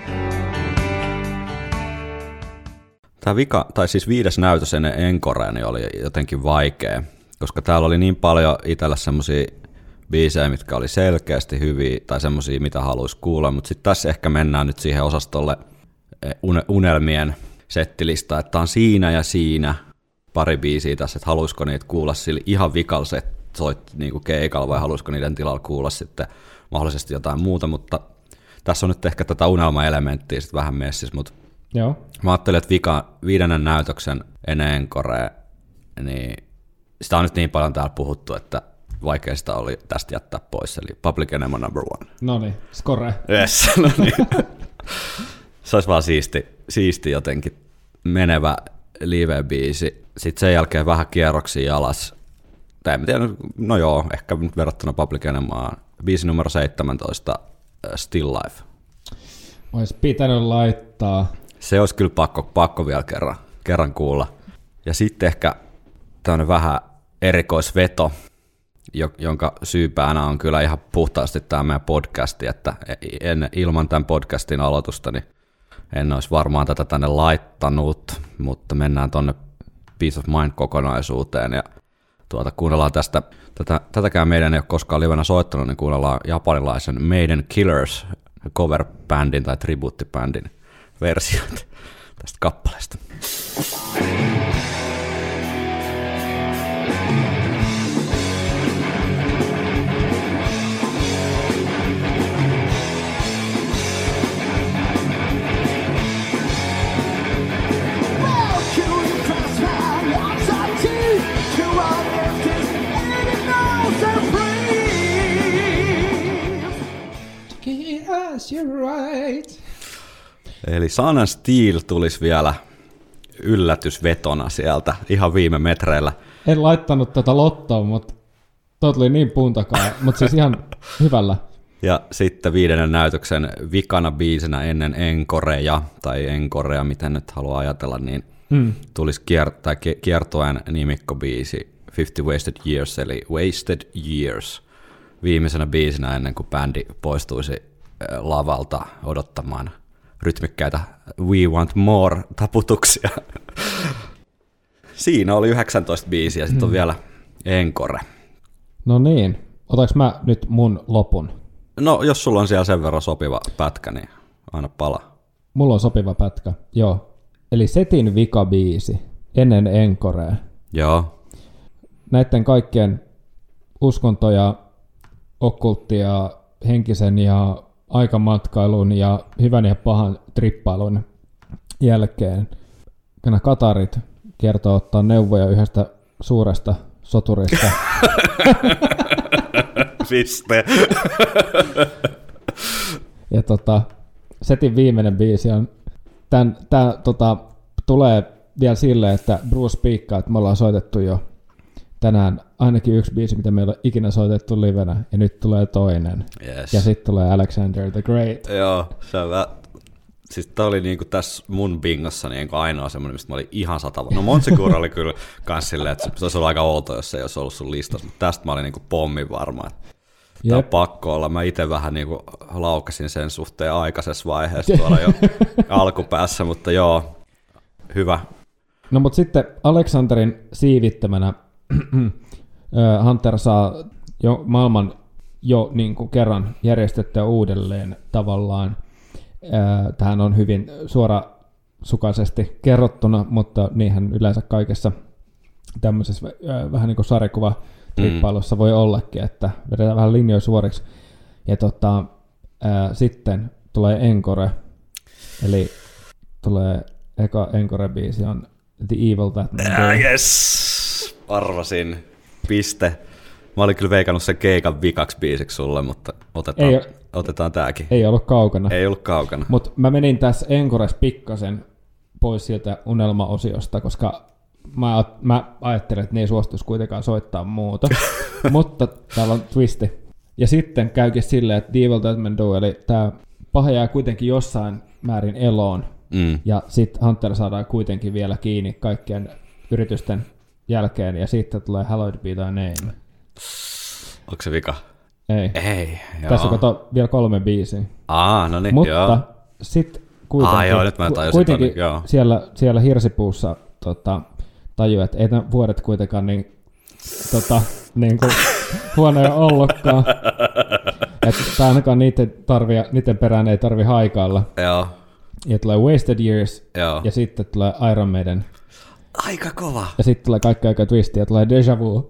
Tämä vika, tai siis viides näytös ennen Encorea niin oli jotenkin vaikea, koska täällä oli niin paljon itsellä semmosia biisejä, mitkä oli selkeästi hyviä, tai semmosia, mitä haluaisi kuulla, mutta sitten tässä ehkä mennään nyt siihen osastolle unelmien settilista, että on siinä ja siinä pari biisiä tässä, että haluaisiko niitä kuulla sille ihan vikalla soit niinku keikalla, vai haluaisiko niiden tilalla kuulla sitten mahdollisesti jotain muuta, mutta tässä on nyt ehkä tätä unelmaelementtiä sitten vähän messissä, mutta Joo. mä ajattelin, että vika, viidennen näytöksen ennen Encorea, niin sitä on nyt niin paljon täällä puhuttu, että vaikea sitä oli tästä jättää pois, eli Public Enemy number one. No niin, score. Yes, no niin. Se olisi vaan siisti, siisti jotenkin menevä live-biisi. Sitten sen jälkeen vähän kierroksia alas. Tai en tiedä, no joo, ehkä nyt verrattuna Public Enemyaan. Biisi numero seitsemäntoista, Still Life. Olisi pitänyt laittaa. Se olisi kyllä pakko, pakko vielä kerran, kerran kuulla. Ja sitten ehkä tämmöinen vähän erikoisveto, jonka syypäänä on kyllä ihan puhtaasti tämä meidän podcasti, että en, ilman tämän podcastin aloitusta niin en olisi varmaan tätä tänne laittanut, mutta mennään tuonne Peace of Mind-kokonaisuuteen ja tuota, kuunnellaan tästä, tätä, tätäkään meidän ei ole koskaan livenä soittanut, niin kuunnellaan japanilaisen Maiden Killers cover-bändin tai tribuuttibändin versioita tästä kappaleesta. Right. Eli Sun and Steel tulisi vielä yllätysvetona sieltä ihan viime metreillä. En laittanut tätä lottoon, mutta toi tuli niin puun takaa, mutta siis ihan hyvällä. Ja sitten viidennen näytöksen vikana biisinä ennen encorea, tai encorea, miten nyt haluaa ajatella, niin mm. tulisi kier- kiertoen nimikkobiisi fifty Wasted Years, eli Wasted Years, viimeisenä biisinä ennen kuin bändi poistuisi lavalta odottamaan rytmikkäitä We Want More-taputuksia. Siinä oli yhdeksäntoista biisiä, ja sitten on vielä encore. No niin, otaks mä nyt mun lopun? No, jos sulla on siellä sen verran sopiva pätkä, niin aina pala. Mulla on sopiva pätkä, joo. Eli setin vikabiisi ennen encorea. Joo. Näiden kaikkien uskontoja, okkulttia, henkisen ja aikamatkailun ja hyvän ja pahan trippailun jälkeen nämä katarit kertoo ottaa neuvoja yhdestä suuresta soturista. Piste. Ja tota, setin viimeinen biisi on, tän, tää tota, tulee vielä silleen, että Bruce piikkaa, että me ollaan soitettu jo tänään ainakin yksi biisi, mitä meillä on ikinä soitettu livenä, ja nyt tulee toinen. Yes. Ja sitten tulee Alexander the Great. Joo, se on vähän. Siis tää oli niinku tässä mun bingossa niinku ainoa semmoinen, mistä mä olin ihan satava. No Montsecura oli kyllä kans silleen, että se olisi ollut aika outo, jos se ei olisi ollut sun listassa, mutta tästä mä olin niinku pommin varma, että tää on pakko olla. Mä itse vähän niinku laukasin sen suhteen aikaisessa vaiheessa tuolla jo alkupäässä, mutta joo, hyvä. No mutta sitten Alexanderin siivittämänä Hunter saa jo maailman jo niin kuin kerran järjestettyä uudelleen tavallaan. Tähän on hyvin suorasukaisesti kerrottuna, mutta niinhän yleensä kaikessa tämmöisessä vähän niin kuin sarjakuva-trippailussa mm. voi ollakin, että vedetään vähän linjoja suoriksi. Ja tota, ää, sitten tulee encore, eli tulee eka encore-biisi on The Evil That Man Ah, yes! Arvasin. Piste. Mä olin kyllä veikannut sen keikan vikaksi biisiksi sulle, mutta otetaan, ei, otetaan tääkin. Ei ollut kaukana. Ei ollut kaukana. Mutta mä menin tässä encores pikkasen pois sieltä unelmaosiosta, koska mä, mä ajattelin, että ne ei suostuisi kuitenkaan soittaa muuta. Mutta täällä on twisti. Ja sitten käykin silleen, että The Evil That Man Do, eli tää paha jää kuitenkin jossain määrin eloon. Mm. Ja sitten Hunter saadaan kuitenkin vielä kiinni kaikkien yritysten jälkeen, ja sitten tulee Hallowed Be Thy Name. Onko se vika? Ei. Ei, joo. Tässä on kato vielä kolme biisiä. Aa, no niin, mutta joo. sitten kuitenkin, Aa, joo, nyt mä tajusin kuitenkin ton, joo. Siellä, siellä hirsipuussa tota, tajuu, että ei tämän vuodet kuitenkaan niin, tota, niin kuin huonoja ollutkaan. Että ainakaan niiden, tarvia, niiden perään ei tarvi haikailla. Joo. Ja tulee Wasted Years, joo. Ja sitten tulee Iron Maiden. Aika kova. Ja sitten tulee kaikki aika twistiä, tulee Deja Vu.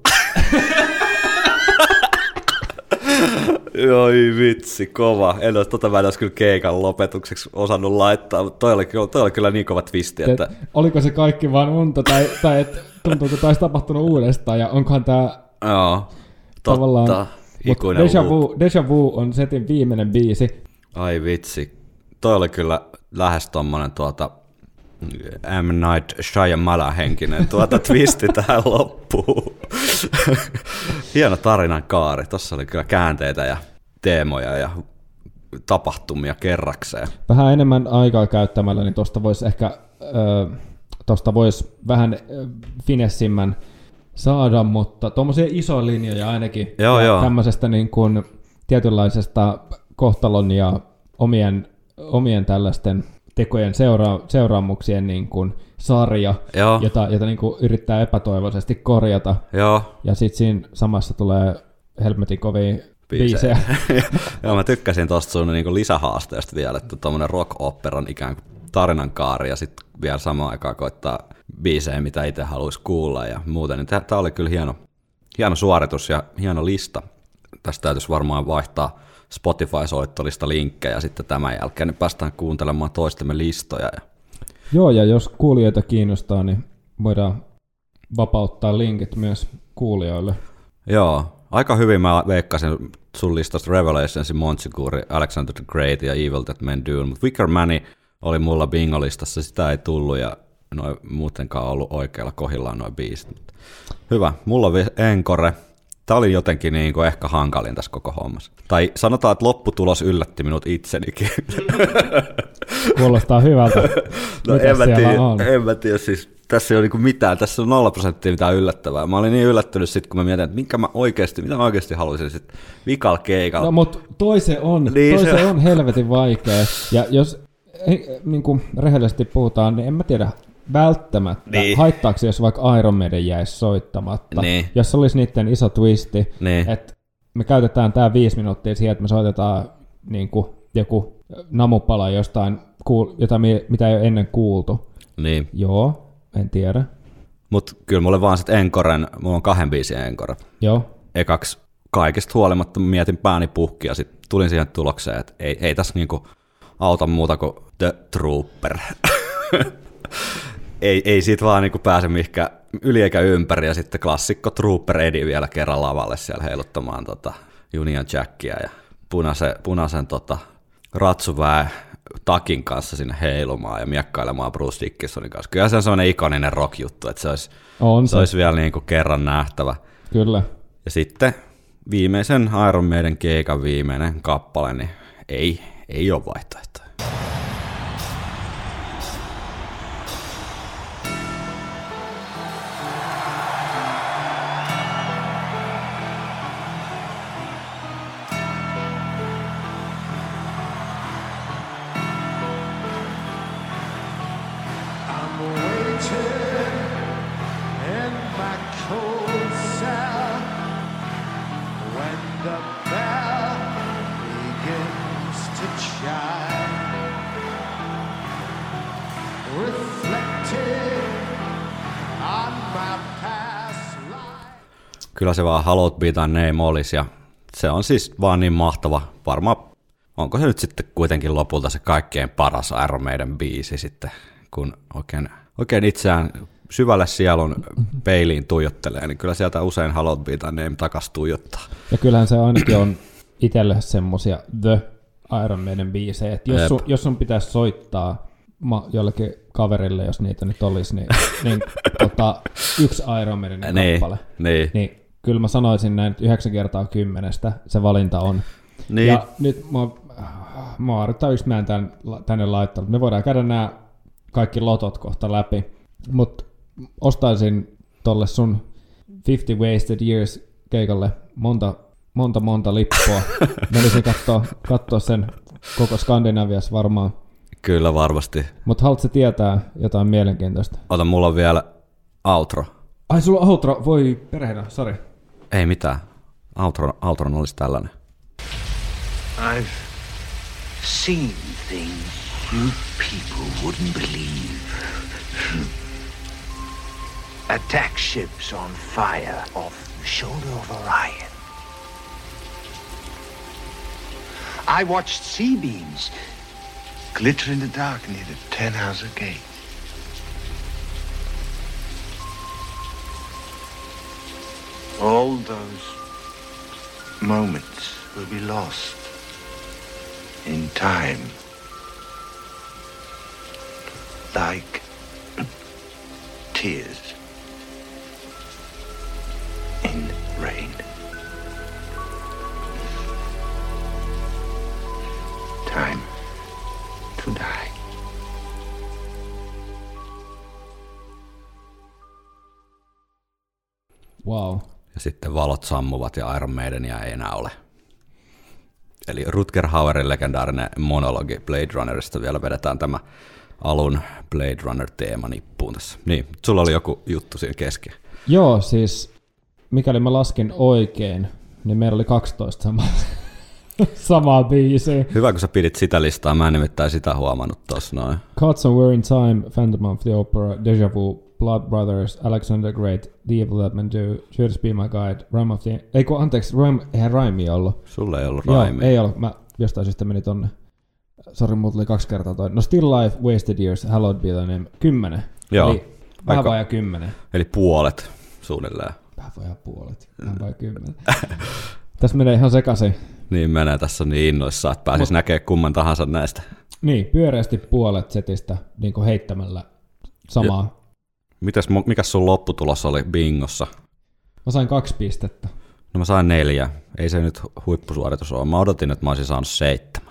Joo, vitsi, kova. En olisi, tota mä en olisi kyllä keikan lopetukseksi osannut laittaa, mutta toi oli, toi oli kyllä niin kova twisti, että... Et, oliko se kaikki vaan unta, tai, tai et, tuntuu, että olisi tapahtunut uudestaan, ja onkohan tämä... Joo, totta. Ikuinen Deja Vu, Deja Vu on setin viimeinen biisi. Ai vitsi. Toi oli kyllä lähes tommonen tuota... M. Night Shyamalan henkinen tuota twisti tähän loppuun. Hieno tarinan kaari. Tuossa oli kyllä käänteitä ja teemoja ja tapahtumia kerrakseen. Vähän enemmän aikaa käyttämällä, niin tuosta voisi ehkä äh, tosta vois vähän äh, finessimmän saada, mutta tuommoisia isoja linjoja ainakin. Joo, joo. Tämmöisestä niin kuin tietynlaisesta kohtalon ja omien, omien tällaisten tekojen seura- seuraamuksien niin kuin sarja, Joo. jota, jota niin kuin yrittää epätoivoisesti korjata. Joo. Ja sitten siinä samassa tulee helmetin kovia biisejä. Joo, mä tykkäsin tuosta sun niinku lisähaasteesta vielä, että tuommoinen rock-operan ikään kuin tarinankaari ja sitten vielä samaan aikaan koittaa biisejä, mitä itse haluaisi kuulla ja muuten. Niin tämä oli kyllä hieno, hieno suoritus ja hieno lista. Tästä täytyisi varmaan vaihtaa Spotify-soittolista linkkejä sitten tämän jälkeen, niin päästään kuuntelemaan toistemme listoja. Joo, ja jos kuulijoita kiinnostaa, niin voidaan vapauttaa linkit myös kuulijoille. Joo, aika hyvin mä veikkasin sun listasta Revelationsin, Montsikuuri, Alexander the Great ja Evil That Men Do, mutta Wicker Mani oli mulla bingo-listassa, sitä ei tullut ja noi muutenkaan ollut oikealla kohdillaan noin biisit. Hyvä, mulla on Encore. Tämä oli jotenkin niin kuin ehkä hankalin tässä koko hommassa. Tai sanotaan, että lopputulos yllätti minut itsenikin. Kuulostaa hyvältä. No en mä, tiedä, en mä tiedä, siis tässä ei ole niin mitään, tässä on nolla prosenttia mitään yllättävää. Mä olin niin yllättynyt sitten, kun mä mietin, että minkä mä oikeasti, mitä mä oikeasti haluaisin sitten vikalla keikalla. No mutta toi se on, niin toi se... se on helvetin vaikea. Ja jos niin kuin rehellisesti puhutaan, niin en mä tiedä välttämättä, niin. Haittaako jos vaikka Iron Maiden jäisi soittamatta. Niin. Jos olisi niiden iso twisti, niin. Että me käytetään tämä viisi minuuttia siihen, että me soitetaan niin kuin joku namupala jostain, jota mitä ei ole ennen kuultu. Niin. Joo, en tiedä. Mutta kyllä mulle vaan sitten Encoren, mulla on kahden biisin Encore. Joo. Ekaksi kaikista huolimatta mietin pääni puhki ja sitten tulin siihen tulokseen, että ei, ei tässä niinku auta muuta kuin The Trooper. ei, ei siitä vaan niinku pääse mihinkään yli eikä ympäri ja sitten klassikko Trooper Eddie vielä kerran lavalle siellä heiluttamaan tota Union Jackia ja punaisen, punaisen tota ratsuväen takin kanssa sinne heilumaan ja miekkailemaan Bruce Dickinsonin kanssa. Kyllä se on sellainen ikoninen rock-juttu, että se olisi, on se. se olisi vielä niin kuin kerran nähtävä. Kyllä. Ja sitten viimeisen Iron Maiden keikan viimeinen kappale, niin ei, ei ole vaihtoehtoja. Kyllä se vaan Hallowed Be Thy Name olisi, ja se on siis vaan niin mahtava. Varmaan, onko se nyt sitten kuitenkin lopulta se kaikkein paras Iron Maiden biisi sitten, kun oikein, oikein itseään syvälle sielun peiliin tuijottelee, niin kyllä sieltä usein Hallowed Be Thy Name takas tuijottaa. Ja kyllähän se ainakin on itselle semmosia The Iron Maiden biisejä, että jos sun, jos sun pitäisi soittaa jollekin kaverille, jos niitä nyt olisi, niin, niin tota, yksi Iron Maiden kappale, niin, niin kyllä mä sanoisin näin, että yhdeksän kertaa kymmenestä se valinta on. Niin. Ja nyt mä, mä oon yksi mä en tän, tänne laittanut. Me voidaan käydä nämä kaikki lotot kohta läpi, mutta ostaisin tolle sun fifty Wasted Years keikalle monta, monta, monta lippua. Menisin katsoa, katsoa sen koko Skandinaviassa varmaan. Kyllä varmasti. Mutta haluatko tietää jotain mielenkiintoista? Ota, mulla on vielä outro. Ai, sulla on outro. Voi perheenä, sori. Ei mitään. Outro, outron olisi tällainen. I've seen things you people wouldn't believe. Attack ships on fire off the shoulder of Orion. I watched sea beams glitter in the dark near the Tannhauser Gate. All those moments will be lost in time, like tears in rain. Time to die. Wow. Ja sitten valot sammuvat ja Iron Maidenia ei enää ole. Eli Rutger Hauerin legendaarinen monologi Blade Runnerista. Vielä vedetään tämä alun Blade Runner-teema nippuun tässä. Niin, sulla oli joku juttu siinä kesken. Joo, siis mikäli mä laskin oikein, niin meillä oli kaksitoista samaa, samaa biisiä. Hyvä, kun sä pidit sitä listaa, mä en nimittäin sitä huomannut tossa noin. Caught Somewhere in Time, Phantom of the Opera, Deja Vu, Blood Brothers, Alexander the Great, The Evil That Men Do, Judas Be My Guide, Rime of the... Ei kun anteeksi, Rime, eihän Raimia ollut. Sulle ei ollut Joo, Raimia. ei ollut. Mä jostain syystä meni tonne. Sori, mulla tuli kaksi kertaa toi. No Still Life, Wasted Years, Hallowed Be Thy Name. Kymmenen. Joo. Eli vähän Aika- vajaa kymmenen. Eli puolet suunnilleen. Vähän vajaa puolet. Vähän vajaa kymmenen. Tässä menee ihan sekaisin. Niin menee, tässä on niin innoissaan, että pääsis Mut- näkee kumman tahansa näistä. Niin, pyöreästi puolet setistä niin kuin heittämällä samaa. Mitäs, mikäs sun lopputulos oli bingossa? Mä sain kaksi pistettä. No mä sain neljä. Ei se nyt huippusuoritus ole. Mä odotin, että mä olisin saanut seitsemän.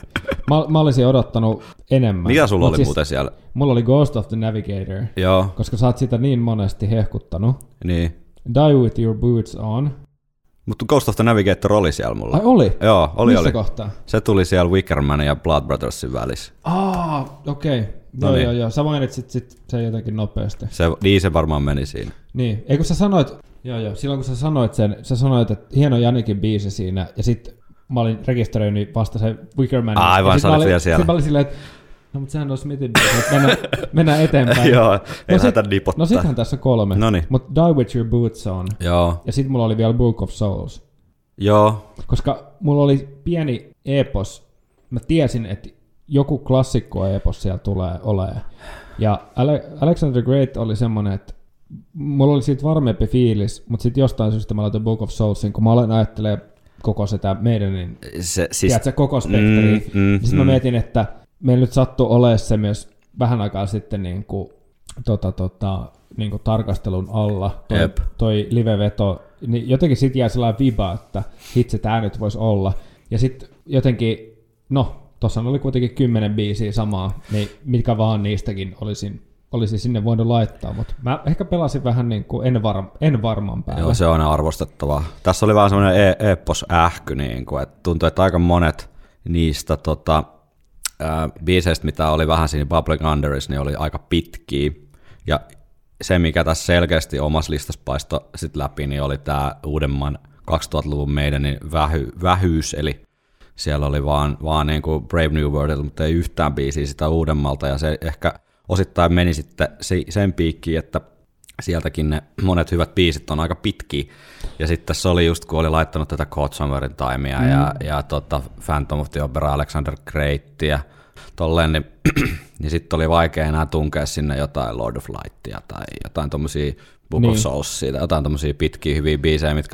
Mä, mä olisin odottanut enemmän. Mikä sulla Mut oli siis, muuten siellä? Mulla oli Ghost of the Navigator, Joo, koska sä oot sitä niin monesti hehkuttanut. niin. Die with your boots on. Mutta Ghost of the Navigator oli siellä mulla. Ai oli? Joo, oli, Missä oli. kohtaa? Se tuli siellä Wickermanin ja Blood Brothersin välissä. Aa, okei. Okay. No Joo, niin. joo, joo. Sä mainitsit sit sen jotenkin nopeasti. Se, niin se varmaan meni siinä. Niin. Ei kun sä sanoit, joo joo, silloin kun sä sanoit sen, sä sanoit, että hieno Janikin biisi siinä, ja sit mä olin rekisteröinyt vasta se Wickerman. Aivan, ja sit sä mä olit olin- vielä siellä. Sit mä olin silleen, että no mut sehän on Smithin biisi, että mennään, mennään eteenpäin. Joo, ei no lähdetä sit, nipottaa. no sittenhän tässä kolme. Noniin. Mut Die with your boots on. Joo, Ja sit mulla oli vielä Book of Souls. joo. Koska mulla oli pieni epos, mä tiesin, että joku klassikko epos siellä tulee olemaan. Ja Ale- Alexander the Great oli semmonen, että mulla oli siitä varmempi fiilis, mutta sitten jostain syystä mä laitoin Book of Soulsin, kun mä aloin ajattelemaan koko sitä meidän, niin Se, siis, tiedätkö, koko spektri. mm, mm, Sitten mä mm. mietin, että meillä nyt sattui olemaan se myös vähän aikaa sitten niin kuin, tota, tota, niin kuin tarkastelun alla, toi, Jep. toi live-veto, niin jotenkin sit jää sellainen viba, että hitse tää nyt voisi olla. Ja sitten jotenkin, no, tuossa oli kuitenkin kymmenen biisiä samaa, niin mitkä vaan niistäkin olisin, olisin sinne voinut laittaa, mutta mä ehkä pelasin vähän niin kuin en, var, en varman päälle. Joo, se on arvostettavaa. Tässä oli vaan semmoinen e- epos-ähky, niin kuin, että tuntui, että aika monet niistä tota, ää, biiseistä, mitä oli vähän siinä Bubbling Underissa, niin oli aika pitkiä. Ja se, mikä tässä selkeästi omassa listassa paistoi sit läpi, niin oli tämä uudemman kaksituhattaluvun meidän niin vähy, vähyys, eli siellä oli vaan, vaan niin kuin Brave New World, mutta ei yhtään biisiä sitä uudemmalta, ja se ehkä osittain meni sitten sen piikkiin, että sieltäkin ne monet hyvät biisit on aika pitkiä, ja sitten se oli just, kun oli laittanut tätä Caught Somewhere in Timea mm. ja, ja tota Phantom of the Opera, Alexander Greatia, tolleen, niin, niin sitten oli vaikea enää tunkea sinne jotain Lord of Lightia tai jotain tommosia Book niin. of Soulsia, jotain tommosia pitkiä hyviä biisejä, mitkä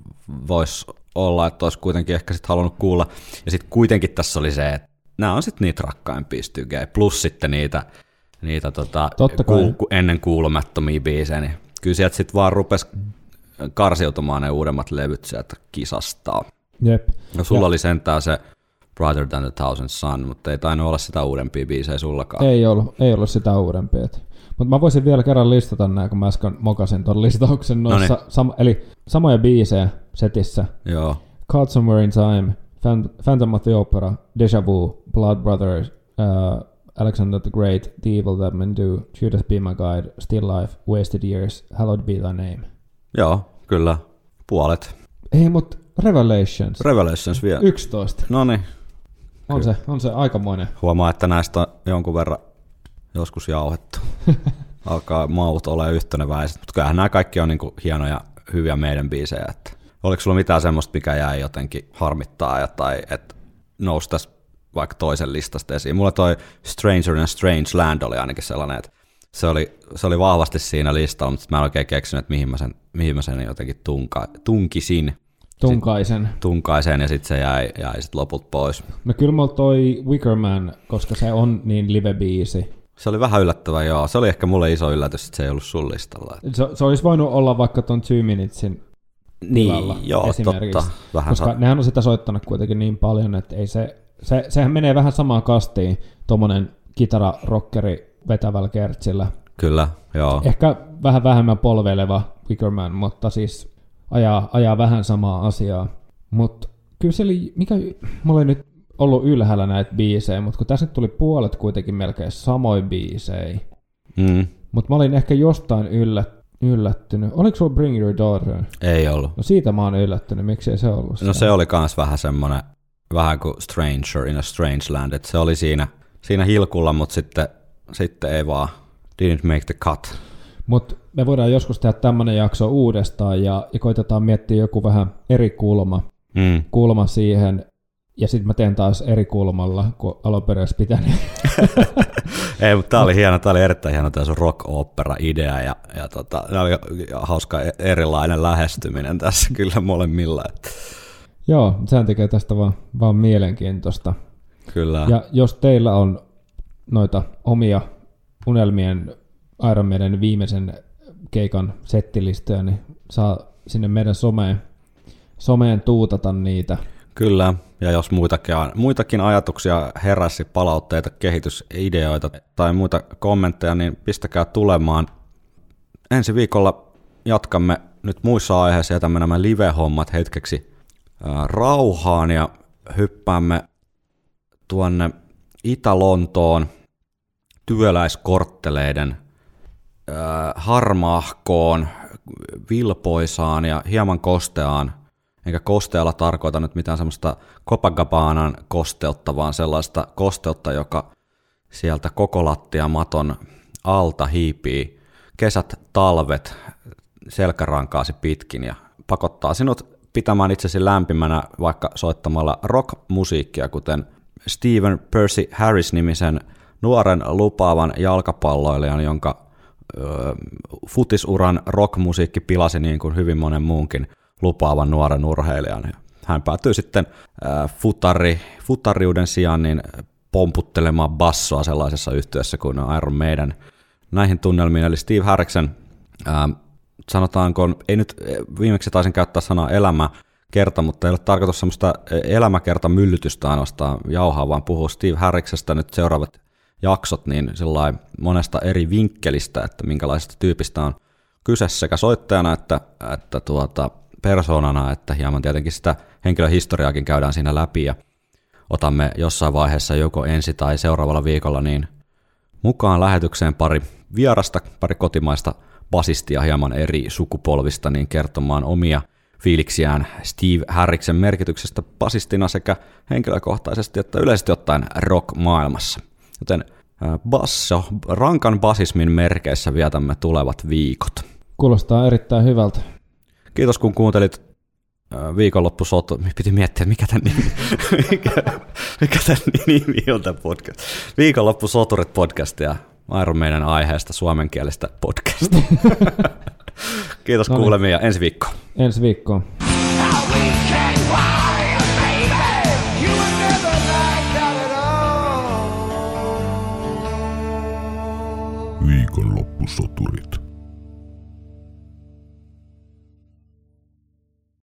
vois olla, että olisi kuitenkin ehkä sitten halunnut kuulla. Ja sitten kuitenkin tässä oli se, että nämä on sitten niitä rakkaimpia stygejä, plus sitten niitä, niitä tota, ku, ku, ennen kuulumattomia biisejä, niin kyllä sieltä sitten vaan rupesi karsiutumaan ne uudemmat levyt sieltä kisastaa. Jep. No sulla ja. oli sentään se Brighter Than the Thousand Sun, mutta ei tainnut olla sitä uudempia biisejä sullakaan. Ei ollut, ei ollut sitä uudempia. Mutta mä voisin vielä kerran listata nämä, kun mä äsken mokasin tuon listauksen noissa, sam- eli samoja biisejä setissä. Joo. Caught Somewhere in Time, Phantom of the Opera, Deja Vu, Blood Brothers, uh, Alexander the Great, The Evil That Men Do, Judas Be My Guide, Still Life, Wasted Years, Hallowed Be Thy Name. Joo, kyllä. Puolet. Ei, mutta Revelations. Revelations vielä. yksitoista. Noniin. On se, on se aikamoinen. Huomaa, että näistä on jonkun verran joskus jauhettu. Alkaa maut ole yhteneväiset, mutta kyllähän nämä kaikki on niinku hienoja, hyviä meidän biisejä. Että oliko sulla mitään semmoista, mikä jäi jotenkin harmittaa ja, tai että nousi tässä vaikka toisen listasta esiin? Mulla toi Stranger and Strange Land oli ainakin sellainen, että se oli, se oli vahvasti siinä listalla, mutta mä en oikein keksinyt, että mihin mä sen, mihin mä sen jotenkin tunka, tunkisin. Tunkaisen. Sit, tunkaisen ja sitten se jäi, jäi sit loput pois. No kyllä mulla toi Wickerman, koska se on niin live-biisi. Se oli vähän yllättävää, joo. Se oli ehkä mulle iso yllätys, että se ei ollut sun listalla. Se, se olisi voinut olla vaikka ton Two Minutesin tilalla niin, joo, esimerkiksi. Totta. Vähän koska sa- nehän on sitä soittanut kuitenkin niin paljon, että ei se, se, sehän menee vähän samaan kastiin, tommonen kitara-rockeri vetävällä kertsillä. Kyllä, joo. Ehkä vähän vähemmän polveileva Wickerman, mutta siis ajaa, ajaa vähän samaa asiaa. Mutta kyllä se oli, mikä, mulla ei nyt ollut ylhäällä näitä biisejä, mutta kun tässä nyt tuli puolet kuitenkin melkein samoin biisejä. Mm. Mutta mä olin ehkä jostain yllät, yllättynyt. Oliko sulla Bring Your Daughter? Ei ollut. No siitä mä oon yllättynyt, miksei se ollut sitä? No se oli kans vähän semmonen, vähän kuin Stranger in a Strange Land, että se oli siinä, siinä hilkulla, mutta sitten, sitten ei vaan, didn't make the cut. Mutta me voidaan joskus tehdä tämmönen jakso uudestaan ja, ja koitetaan miettiä joku vähän eri kulma, Mm. kulma siihen, ja sitten mä teen taas eri kulmalla, kun alunperäis pitänyt. Ei, mutta tää oli hieno, tää oli erittäin hieno tää sun rock-opera-idea, ja, ja tota, tää oli hauska erilainen lähestyminen tässä kyllä molemmilla. Että. Joo, sehän tekee tästä vaan, vaan mielenkiintoista. Kyllä. Ja jos teillä on noita omia unelmien Iron Maiden viimeisen keikan settilistoja, niin saa sinne meidän someen, someen tuutata niitä. Kyllä, ja jos muitakin, muitakin ajatuksia heräsi, palautteita, kehitysideoita tai muita kommentteja, niin pistäkää tulemaan. Ensi viikolla jatkamme nyt muissa aiheissa, jätämme nämä live-hommat hetkeksi ää, rauhaan ja hyppäämme tuonne Itä-Lontoon työläiskortteleiden ää, harmaahkoon, vilpoisaan ja hieman kosteaan. Enkä kostealla tarkoita nyt mitään semmoista Copacabanan kosteutta, vaan sellaista kosteutta, joka sieltä koko lattiamaton alta hiipii kesät, talvet selkärankaasi pitkin ja pakottaa sinut pitämään itsesi lämpimänä vaikka soittamalla rock-musiikkia, kuten Stephen Percy Harris-nimisen nuoren lupaavan jalkapalloilijan, jonka ö, futisuran rock-musiikki pilasi niin kuin hyvin monen muunkin lupaavan nuoren urheilijan. Hän päätyy sitten äh, futari, futariuden sijaan niin pomputtelemaan bassoa sellaisessa yhtiössä kuin Iron Maiden. Näihin tunnelmiin, eli Steve Harriksen, äh, sanotaanko, ei nyt viimeksi taisin käyttää sanaa elämäkerta, mutta ei ole tarkoitus semmoista elämäkertamyllytystä ainoastaan jauhaa, vaan puhuu Steve Harriksesta nyt seuraavat jaksot niin sellainen monesta eri vinkkelistä, että minkälaisesta tyypistä on kyse sekä soittajana että, että tuota, persoonana, että hieman tietenkin sitä henkilöhistoriaakin käydään siinä läpi ja otamme jossain vaiheessa joko ensi tai seuraavalla viikolla niin mukaan lähetykseen pari vierasta, pari kotimaista basistia hieman eri sukupolvista niin kertomaan omia fiiliksiään Steve Harriksen merkityksestä basistina sekä henkilökohtaisesti että yleisesti ottaen rock-maailmassa. Joten basso, rankan basismin merkeissä vietämme tulevat viikot. Kuulostaa erittäin hyvältä. Kiitos kun kuuntelit viikonloppusotu. Piti miettiä, mikä tämän nimi, mikä, mikä tämän nimi on tämän podcast. Viikonloppusoturit podcastia Iron Maiden aiheesta suomenkielistä podcastia. Kiitos no niin. Kuulemia ensi viikkoon. Ensi viikkoon. Viikonloppusoturit.